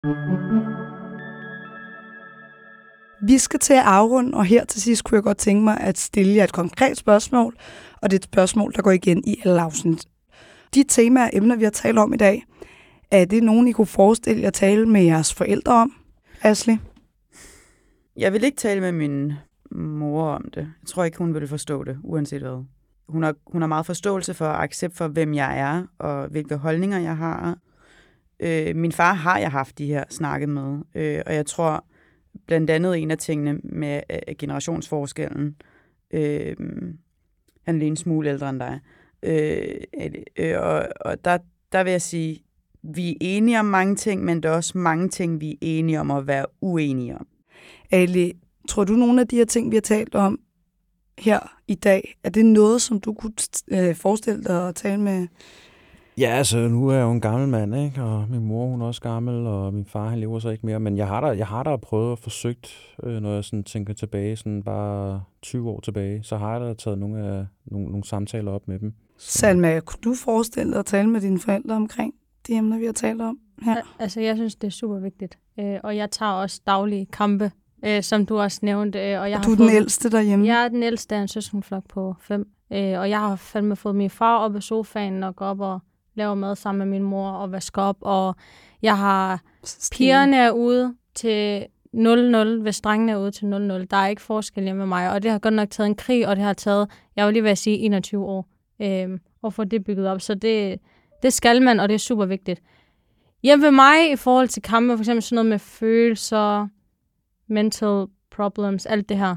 Vi skal til at afrunde, og her til sidst kunne jeg godt tænke mig at stille jer et konkret spørgsmål, og det er et spørgsmål, der går igen i alle afsnit. De temaer og emner, vi har talt om i dag, er det nogen, I kunne forestille jer at tale med jeres forældre om? Ashley? Jeg vil ikke tale med min mor om det. Jeg tror ikke, hun ville forstå det, uanset hvad. Hun har, hun har meget forståelse for og accept for, hvem jeg er, og hvilke holdninger jeg har. Øh, min far har jeg haft de her snakke med, øh, og jeg tror blandt andet en af tingene med øh, generationsforskellen. Øh, han er lige en smule ældre end dig. Øh, øh, og og der, der vil jeg sige, vi er enige om mange ting, men der er også mange ting, vi er enige om at være uenige om. Ali, tror du nogle af de her ting, vi har talt om her i dag. Er det noget, som du kunne øh, forestille dig at tale med? Ja, altså nu er jeg jo en gammel mand, ikke? Og min mor hun er også gammel, og min far han lever så ikke mere. Men jeg har da, jeg har da prøvet og forsøgt, øh, når jeg sådan tænker tilbage, sådan bare tyve år tilbage, så har jeg da taget nogle, af, nogle, nogle samtaler op med dem. Så. Salma, kunne du forestille dig at tale med dine forældre omkring de emner, vi har talt om her? Al- altså, jeg synes, det er super vigtigt. Øh, og jeg tager også daglige kampe, øh, som du også nævnte. Øh, og jeg og har du er fået... den ældste derhjemme? Jeg er den ældste af en søskenflok på fem. Øh, og jeg har fandme fået min far op af sofaen og gå op og lave mad sammen med min mor og vaske op. Og jeg har pigerne er ude til nul nul, hvis drengene er ude til nul nul. Der er ikke forskel hjemme med mig. Og det har godt nok taget en krig, og det har taget, jeg vil lige være at sige, enogtyve år øh, at få det bygget op. Så det, det skal man, og det er super vigtigt. Hjemme ved mig i forhold til kampe, for eksempel sådan noget med følelser, mental problems, alt det her,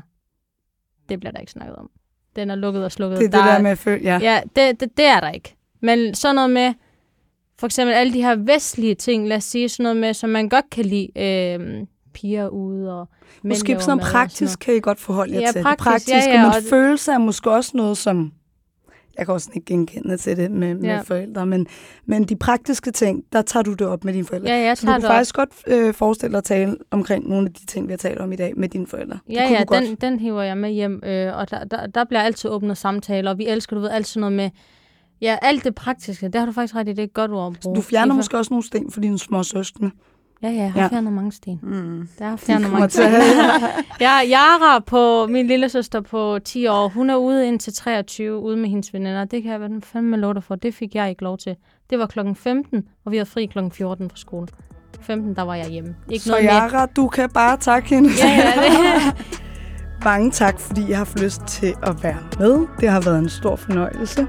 det bliver der ikke snakket om. Den er lukket og slukket. Det er det der, der med følelser, ja. Ja, det, det, det er der ikke. Men sådan noget med, for eksempel alle de her vestlige ting, lad os sige sådan noget med, som man godt kan lide, øh, piger ude og mænd. Måske sådan noget praktisk kan I godt forholde jer ja, til. Praktisk, praktisk, ja, ja, men og følelser er måske også noget, som... Jeg kan også ikke genkende til det med, med ja. forældre, men, men de praktiske ting, der tager du det op med dine forældre. Ja, jeg så du tager kan det faktisk godt øh, forestille dig at tale omkring nogle af de ting, vi har talt om i dag med dine forældre. Ja, ja, den, den hiver jeg med hjem, øh, og der, der, der bliver altid åbnet samtaler, og vi elsker, du ved, alt sådan noget med, ja, alt det praktiske, det har du faktisk ret i, det er et godt ord at bruge. Du fjerner måske også nogle sten for dine små søskende. Ja, ja, jeg har ja. fjernet mange sten. Mm. Der har fjernet mange sten. Ja, Yara, på min lille søster på ti år, hun er ude indtil treogtyve, ude med hendes veninder. Det kan jeg være fandme lov dig for. Det fik jeg ikke lov til. Det var klokken femten, og vi havde fri klokken fjorten på skole. femten, der var jeg hjemme. Ikke Så noget Yara, mere. du kan bare takke hende. Ja, ja, det. Mange tak, fordi jeg har haft lyst til at være med. Det har været en stor fornøjelse.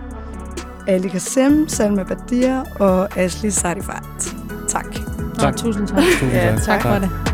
Ali Kassem, Salma Badir og Asli Sarifat. Tak. Nå, tusind tak. Tusind Ja, tak. tak for det.